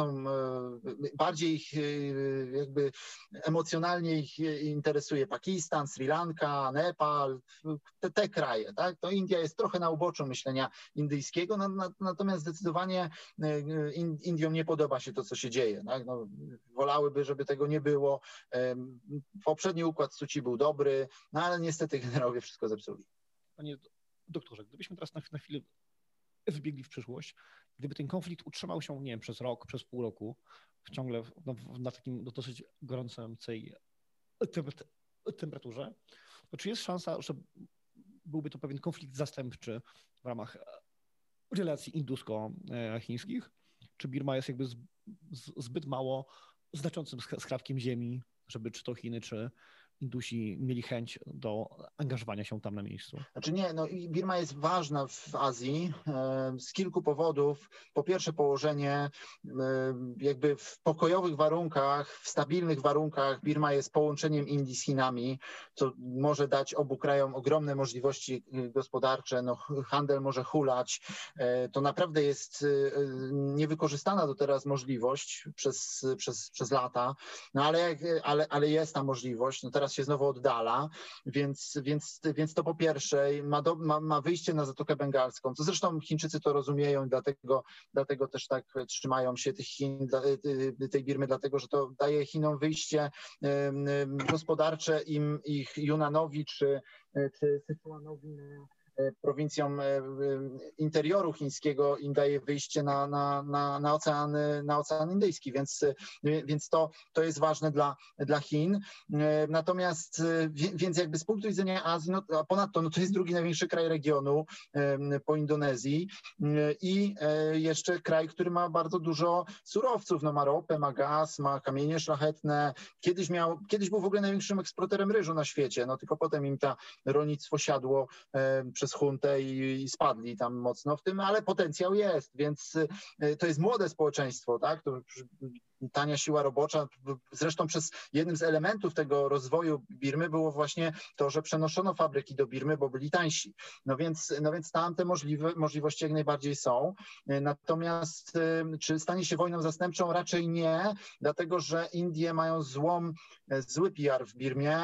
bardziej ich jakby emocjonalnie ich interesuje Pakistan, Sri Lanka, Nepal, te kraje. Tak? To India jest trochę na uboczu myślenia indyjskiego, natomiast zdecydowanie Indiom nie podoba się to, co się dzieje. Tak? Wolałyby, żeby tego nie było. Poprzedni układ Suu Kyi był dobry, ale niestety generałowie wszystko zepsuli. Panie doktorze, gdybyśmy teraz na chwilę wybiegli w przyszłość, gdyby ten konflikt utrzymał się, nie wiem, przez rok, przez pół roku, ciągle na takim dosyć gorącej temperaturze, to czy jest szansa, że byłby to pewien konflikt zastępczy w ramach relacji indusko-chińskich? Czy Birma jest jakby zbyt mało znaczącym skrawkiem ziemi, żeby czy to Chiny, czy Indusi mieli chęć do angażowania się tam na miejscu? Znaczy nie, no i Birma jest ważna w Azji z kilku powodów. Po pierwsze położenie jakby w pokojowych warunkach, w stabilnych warunkach. Birma jest połączeniem Indii z Chinami, co może dać obu krajom ogromne możliwości gospodarcze. No, handel może hulać. To naprawdę jest niewykorzystana do teraz możliwość przez lata, no ale jest ta możliwość. No teraz się znowu oddala, więc to po pierwsze ma wyjście na Zatokę Bengalską. To zresztą Chińczycy to rozumieją, dlatego też tak trzymają się tych Chin, tej Birmy, dlatego że to daje Chinom wyjście gospodarcze ich Yunanowi czy Sychuanowi na prowincjom interioru chińskiego im daje wyjście na Ocean Indyjski, więc to jest ważne dla Chin. Natomiast więc jakby z punktu widzenia Azji, no, a ponadto no, to jest drugi największy kraj regionu po Indonezji i jeszcze kraj, który ma bardzo dużo surowców, no, ma ropę, ma gaz, ma kamienie szlachetne. Kiedyś był w ogóle największym eksporterem ryżu na świecie, no tylko potem im ta rolnictwo siadło przez huntę i spadli tam mocno w tym, ale potencjał jest, więc to jest młode społeczeństwo, tak? To tania siła robocza. Zresztą jednym z elementów tego rozwoju Birmy było właśnie to, że przenoszono fabryki do Birmy, bo byli tańsi. No więc tam te możliwości jak najbardziej są. Natomiast czy stanie się wojną zastępczą? Raczej nie, dlatego że Indie mają zły PR w Birmie.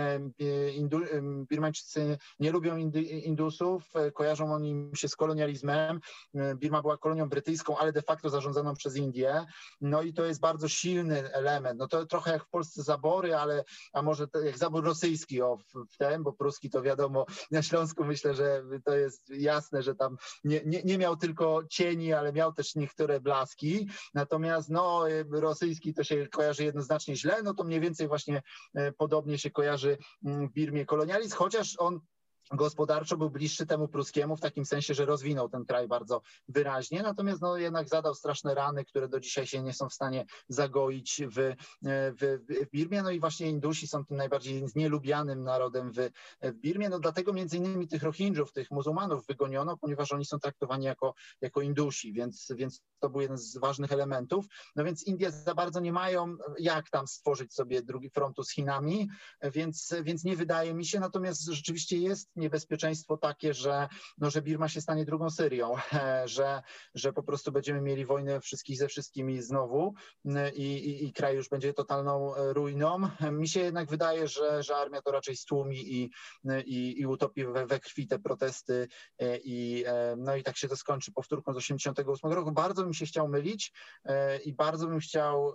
Birmańczycy nie lubią Indusów, kojarzą oni się z kolonializmem. Birma była kolonią brytyjską, ale de facto zarządzaną przez Indię. No i to jest bardzo silny element. No to trochę jak w Polsce zabory, a może jak zabór rosyjski bo pruski to wiadomo, na Śląsku myślę, że to jest jasne, że tam nie miał tylko cieni, ale miał też niektóre blaski. Natomiast no, rosyjski to się kojarzy jednoznacznie źle, no to mniej więcej właśnie podobnie się kojarzy w Birmie kolonializm, chociaż on gospodarczo był bliższy temu pruskiemu w takim sensie, że rozwinął ten kraj bardzo wyraźnie, natomiast no, jednak zadał straszne rany, które do dzisiaj się nie są w stanie zagoić w Birmie. No i właśnie Indusi są tym najbardziej znielubianym narodem w Birmie. No dlatego między innymi tych Rohingjów, tych muzułmanów wygoniono, ponieważ oni są traktowani jako Indusi, więc to był jeden z ważnych elementów. No więc Indie za bardzo nie mają jak tam stworzyć sobie drugi frontu z Chinami, więc nie wydaje mi się, natomiast rzeczywiście jest niebezpieczeństwo takie, że Birma się stanie drugą Syrią, że po prostu będziemy mieli wojnę wszystkich ze wszystkimi znowu i kraj już będzie totalną ruiną. Mi się jednak wydaje, że armia to raczej stłumi i utopi we krwi te protesty no i tak się to skończy powtórką z 1988 roku. Bardzo bym się chciał mylić i bardzo bym chciał,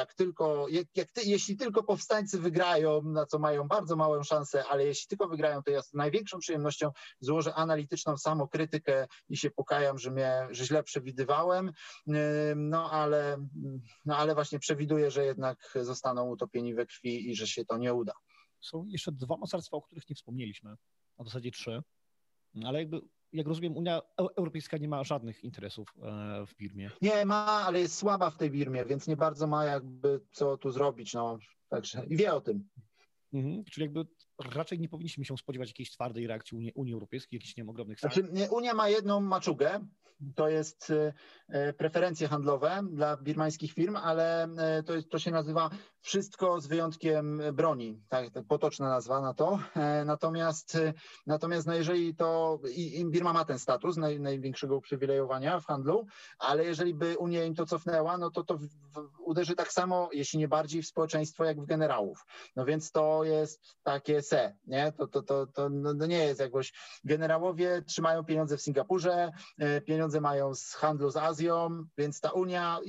jeśli tylko powstańcy wygrają, na co mają bardzo małą szansę, ale jeśli tylko wygrają, to ja z największą przyjemnością złożę analityczną samokrytykę i się pokajam, że źle przewidywałem, no ale właśnie przewiduję, że jednak zostaną utopieni we krwi i że się to nie uda. Są jeszcze dwa mocarstwa, o których nie wspomnieliśmy, a w zasadzie trzy, ale jak rozumiem, Unia Europejska nie ma żadnych interesów w Birmie. Nie ma, ale jest słaba w tej Birmie, więc nie bardzo ma jakby co tu zrobić, no także i wie o tym. Czyli jakby raczej nie powinniśmy się spodziewać jakiejś twardej reakcji Unii Europejskiej, jakichś, nie wiem, ogromnych sankcji. Znaczy, Unia ma jedną maczugę, to jest preferencje handlowe dla birmańskich firm, ale to się nazywa wszystko z wyjątkiem broni, tak potoczna nazwa na to. Natomiast no jeżeli to, i Birma ma ten status największego uprzywilejowania w handlu, ale jeżeli by Unia im to cofnęła, no to uderzy tak samo, jeśli nie bardziej w społeczeństwo, jak w generałów. No więc to jest takie nie? To nie jest jakoś. Generałowie trzymają pieniądze w Singapurze, pieniądze mają z handlu z Azją, więc ta Unia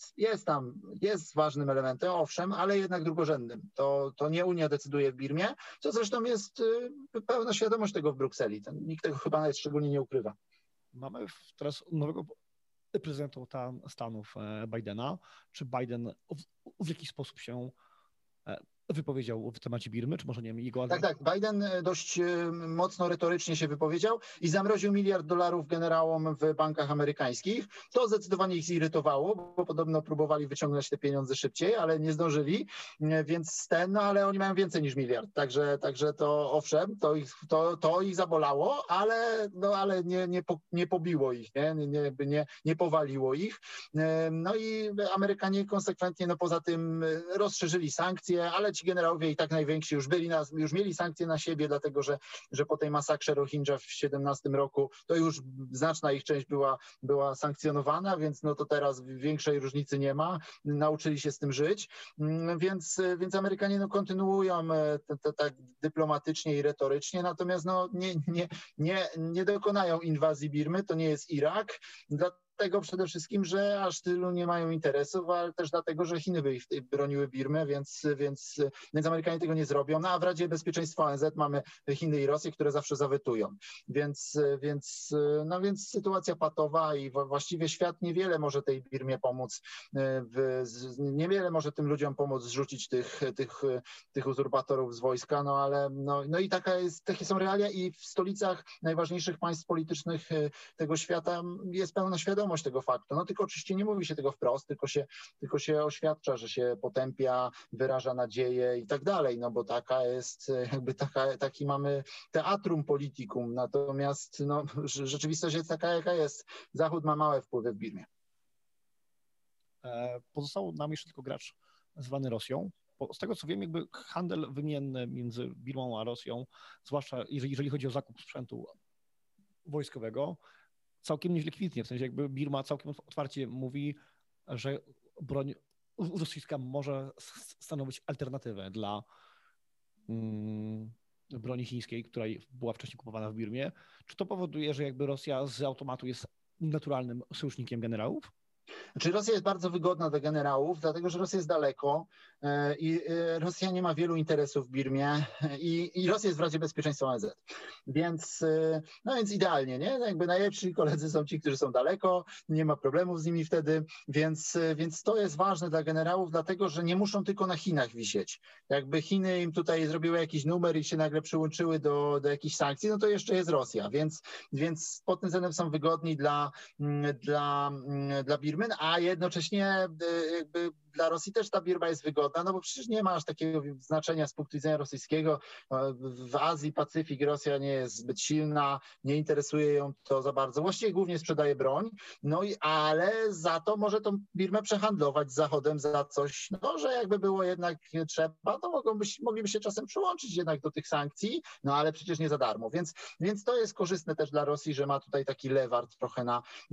jest ważnym elementem, owszem, ale jednak drugorzędnym. To nie Unia decyduje w Birmie, co zresztą jest pełna świadomość tego w Brukseli. Nikt tego chyba nawet szczególnie nie ukrywa. Mamy teraz nowego prezydenta Stanów Bidena. Czy Biden w jakiś sposób się wypowiedział w temacie Birmy, czy może nie wiem, jego... Tak, Biden dość mocno retorycznie się wypowiedział i zamroził $1 miliard generałom w bankach amerykańskich. To zdecydowanie ich zirytowało, bo podobno próbowali wyciągnąć te pieniądze szybciej, ale nie zdążyli, więc ale oni mają więcej niż $1 miliard, także to owszem, to ich zabolało, ale nie pobiło ich, nie powaliło ich. No i Amerykanie konsekwentnie, poza tym rozszerzyli sankcje, ale ci generałowie i tak najwięksi już mieli sankcje na siebie, dlatego że po tej masakrze Rohingya w 2017 roku to już znaczna ich część była sankcjonowana, więc to teraz większej różnicy nie ma. Nauczyli się z tym żyć, więc Amerykanie kontynuują tak dyplomatycznie i retorycznie, natomiast nie dokonają inwazji Birmy, to nie jest Irak. Dlatego przede wszystkim, że aż tylu nie mają interesów, ale też dlatego, że Chiny by ich broniły Birmę, więc Amerykanie tego nie zrobią. A w Radzie Bezpieczeństwa ONZ mamy Chiny i Rosję, które zawsze zawetoją. Więc sytuacja patowa i właściwie świat niewiele może tej Birmie pomóc, niewiele może tym ludziom pomóc zrzucić tych uzurpatorów z wojska, ale i takie są realia i w stolicach najważniejszych państw politycznych tego świata jest pełna świadomość tego faktu. Tylko oczywiście nie mówi się tego wprost, tylko się oświadcza, że się potępia, wyraża nadzieję i tak dalej, bo taka jest taki mamy teatrum politicum, natomiast rzeczywistość jest taka, jaka jest. Zachód ma małe wpływy w Birmie. Pozostał nam jeszcze tylko gracz zwany Rosją. Bo z tego co wiem, handel wymienny między Birmą a Rosją, zwłaszcza jeżeli chodzi o zakup sprzętu wojskowego, całkiem nieźle kwitnie, w sensie Birma całkiem otwarcie mówi, że broń rosyjska może stanowić alternatywę dla broni chińskiej, która była wcześniej kupowana w Birmie. Czy to powoduje, że Rosja z automatu jest naturalnym sojusznikiem generałów? Rosja jest bardzo wygodna dla generałów, dlatego że Rosja jest daleko i Rosja nie ma wielu interesów w Birmie i Rosja jest w Radzie Bezpieczeństwa ONZ. Więc idealnie, nie? Najlepsi koledzy są ci, którzy są daleko, nie ma problemów z nimi wtedy, więc to jest ważne dla generałów, dlatego że nie muszą tylko na Chinach wisieć. Jakby Chiny im tutaj zrobiły jakiś numer i się nagle przyłączyły do jakichś sankcji, to jeszcze jest Rosja, więc pod tym względem są wygodni dla Birmy, a jednocześnie dla Rosji też ta Birma jest wygodna, bo przecież nie ma aż takiego znaczenia z punktu widzenia rosyjskiego. W Azji, Pacyfik Rosja nie jest zbyt silna, nie interesuje ją to za bardzo. Właściwie głównie sprzedaje broń, ale za to może tą Birmę przehandlować z Zachodem za coś, że jakby było jednak trzeba, to mogliby się czasem przyłączyć jednak do tych sankcji, ale przecież nie za darmo. Więc to jest korzystne też dla Rosji, że ma tutaj taki lewart trochę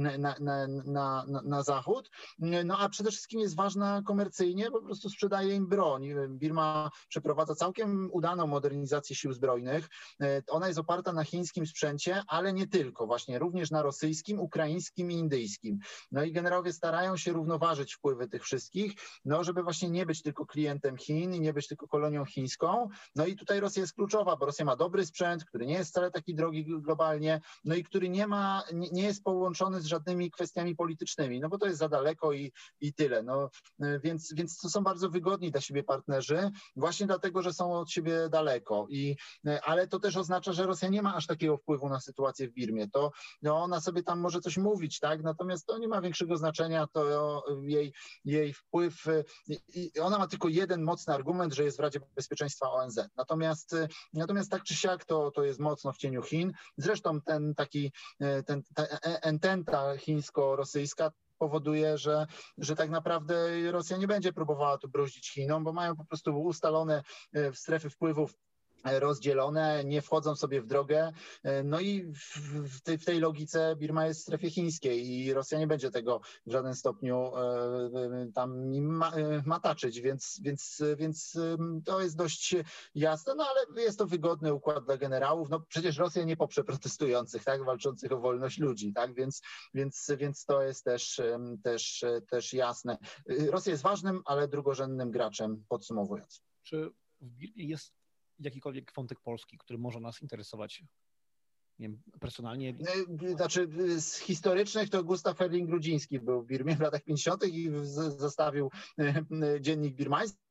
na Zachód. A przede wszystkim jest ważna komercyjnie, po prostu sprzedaje im broń. Birma przeprowadza całkiem udaną modernizację sił zbrojnych. Ona jest oparta na chińskim sprzęcie, ale nie tylko, właśnie również na rosyjskim, ukraińskim i indyjskim. I generałowie starają się równoważyć wpływy tych wszystkich, żeby właśnie nie być tylko klientem Chin i nie być tylko kolonią chińską. I tutaj Rosja jest kluczowa, bo Rosja ma dobry sprzęt, który nie jest wcale taki drogi globalnie, i który nie jest połączony z żadnymi kwestiami politycznymi, bo to jest za daleko i tyle. Więc to są bardzo wygodni dla siebie partnerzy, właśnie dlatego, że są od siebie daleko. Ale to też oznacza, że Rosja nie ma aż takiego wpływu na sytuację w Birmie. To ona sobie tam może coś mówić, tak? Natomiast to nie ma większego znaczenia, to jej wpływ. Ona ma tylko jeden mocny argument, że jest w Radzie Bezpieczeństwa ONZ. Natomiast tak czy siak to jest mocno w cieniu Chin. Zresztą ta ententa chińsko-rosyjska powoduje, że tak naprawdę Rosja nie będzie próbowała tu bruździć Chinom, bo mają po prostu ustalone strefy wpływów rozdzielone, nie wchodzą sobie w drogę. I w tej logice Birma jest w strefie chińskiej i Rosja nie będzie tego w żaden stopniu tam mataczyć, więc to jest dość jasne, ale jest to wygodny układ dla generałów. Przecież Rosja nie poprze protestujących, tak, walczących o wolność ludzi, tak, więc to jest też jasne. Rosja jest ważnym, ale drugorzędnym graczem, podsumowując. Czy w Birmie jest jakikolwiek wątek polski, który może nas interesować, nie wiem, personalnie? Znaczy z historycznych to Gustaw Herling-Grudziński był w Birmie w latach 50. i zostawił dziennik birmański.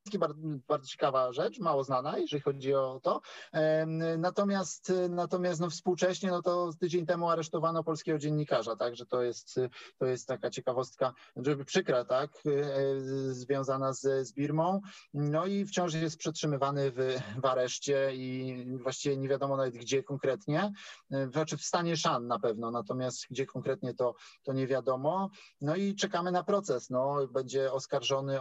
bardzo, bardzo ciekawa rzecz, mało znana, jeżeli chodzi o to. Natomiast no, współcześnie, no to tydzień temu aresztowano polskiego dziennikarza, tak, że to jest taka ciekawostka, żeby przykra, tak, związana z Birmą. No i wciąż jest przetrzymywany w areszcie i właściwie nie wiadomo nawet gdzie konkretnie, znaczy w stanie Shan na pewno, natomiast gdzie konkretnie to nie wiadomo. No i czekamy na proces. No, będzie oskarżony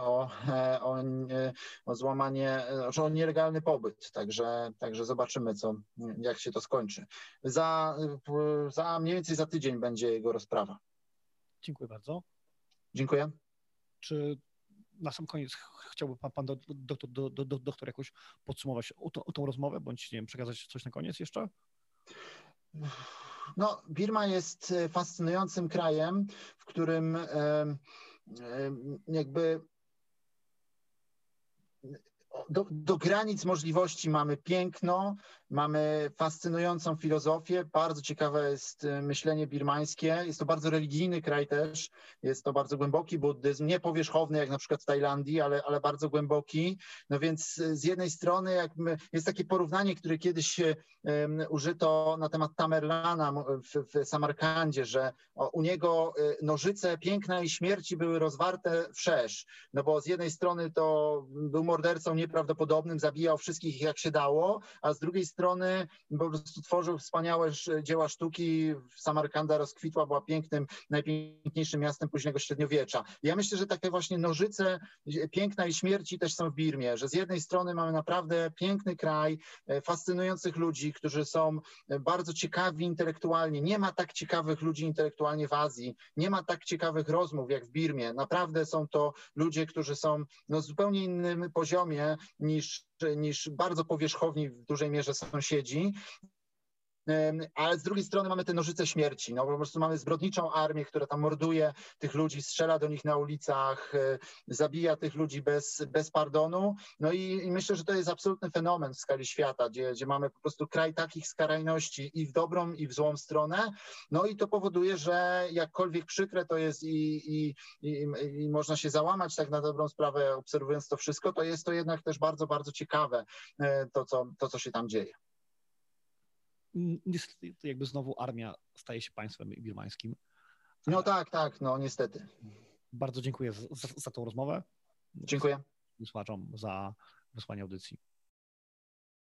o złamanie, o nielegalny pobyt. Także zobaczymy, jak się to skończy. Za mniej więcej za tydzień będzie jego rozprawa. Dziękuję bardzo. Dziękuję. Czy na sam koniec chciałby pan doktor jakoś podsumować tą rozmowę, bądź nie wiem, przekazać coś na koniec jeszcze? No, Birma jest fascynującym krajem, w którym jakby do granic możliwości mamy piękno, mamy fascynującą filozofię, bardzo ciekawe jest myślenie birmańskie, jest to bardzo religijny kraj też, jest to bardzo głęboki buddyzm, nie powierzchowny jak na przykład w Tajlandii, ale bardzo głęboki, no więc z jednej strony jest takie porównanie, które kiedyś użyto na temat Tamerlana w Samarkandzie, że u niego nożyce piękna i śmierci były rozwarte wszerz, no bo z jednej strony to był mordercą nieprawdopodobnym, zabijał wszystkich jak się dało, a z drugiej strony po prostu tworzył wspaniałe dzieła sztuki. Samarkanda rozkwitła, była najpiękniejszym miastem późnego średniowiecza. Ja myślę, że takie właśnie nożyce piękna i śmierci też są w Birmie, że z jednej strony mamy naprawdę piękny kraj, fascynujących ludzi, którzy są bardzo ciekawi intelektualnie. Nie ma tak ciekawych ludzi intelektualnie w Azji, nie ma tak ciekawych rozmów jak w Birmie. Naprawdę są to ludzie, którzy są na zupełnie innym poziomie niż bardzo powierzchowni w dużej mierze sąsiedzi. Ale z drugiej strony mamy te nożyce śmierci. No, po prostu mamy zbrodniczą armię, która tam morduje tych ludzi, strzela do nich na ulicach, zabija tych ludzi bez pardonu. No i myślę, że to jest absolutny fenomen w skali świata, gdzie mamy po prostu kraj takich skrajności i w dobrą, i w złą stronę. No i to powoduje, że jakkolwiek przykre to jest i można się załamać tak na dobrą sprawę, obserwując to wszystko, to jest to jednak też bardzo, bardzo ciekawe to, co się tam dzieje. Niestety jakby znowu armia staje się państwem birmańskim. No tak, no niestety. Bardzo dziękuję za tą rozmowę. Dziękuję. Słuchaczom za wysłanie audycji.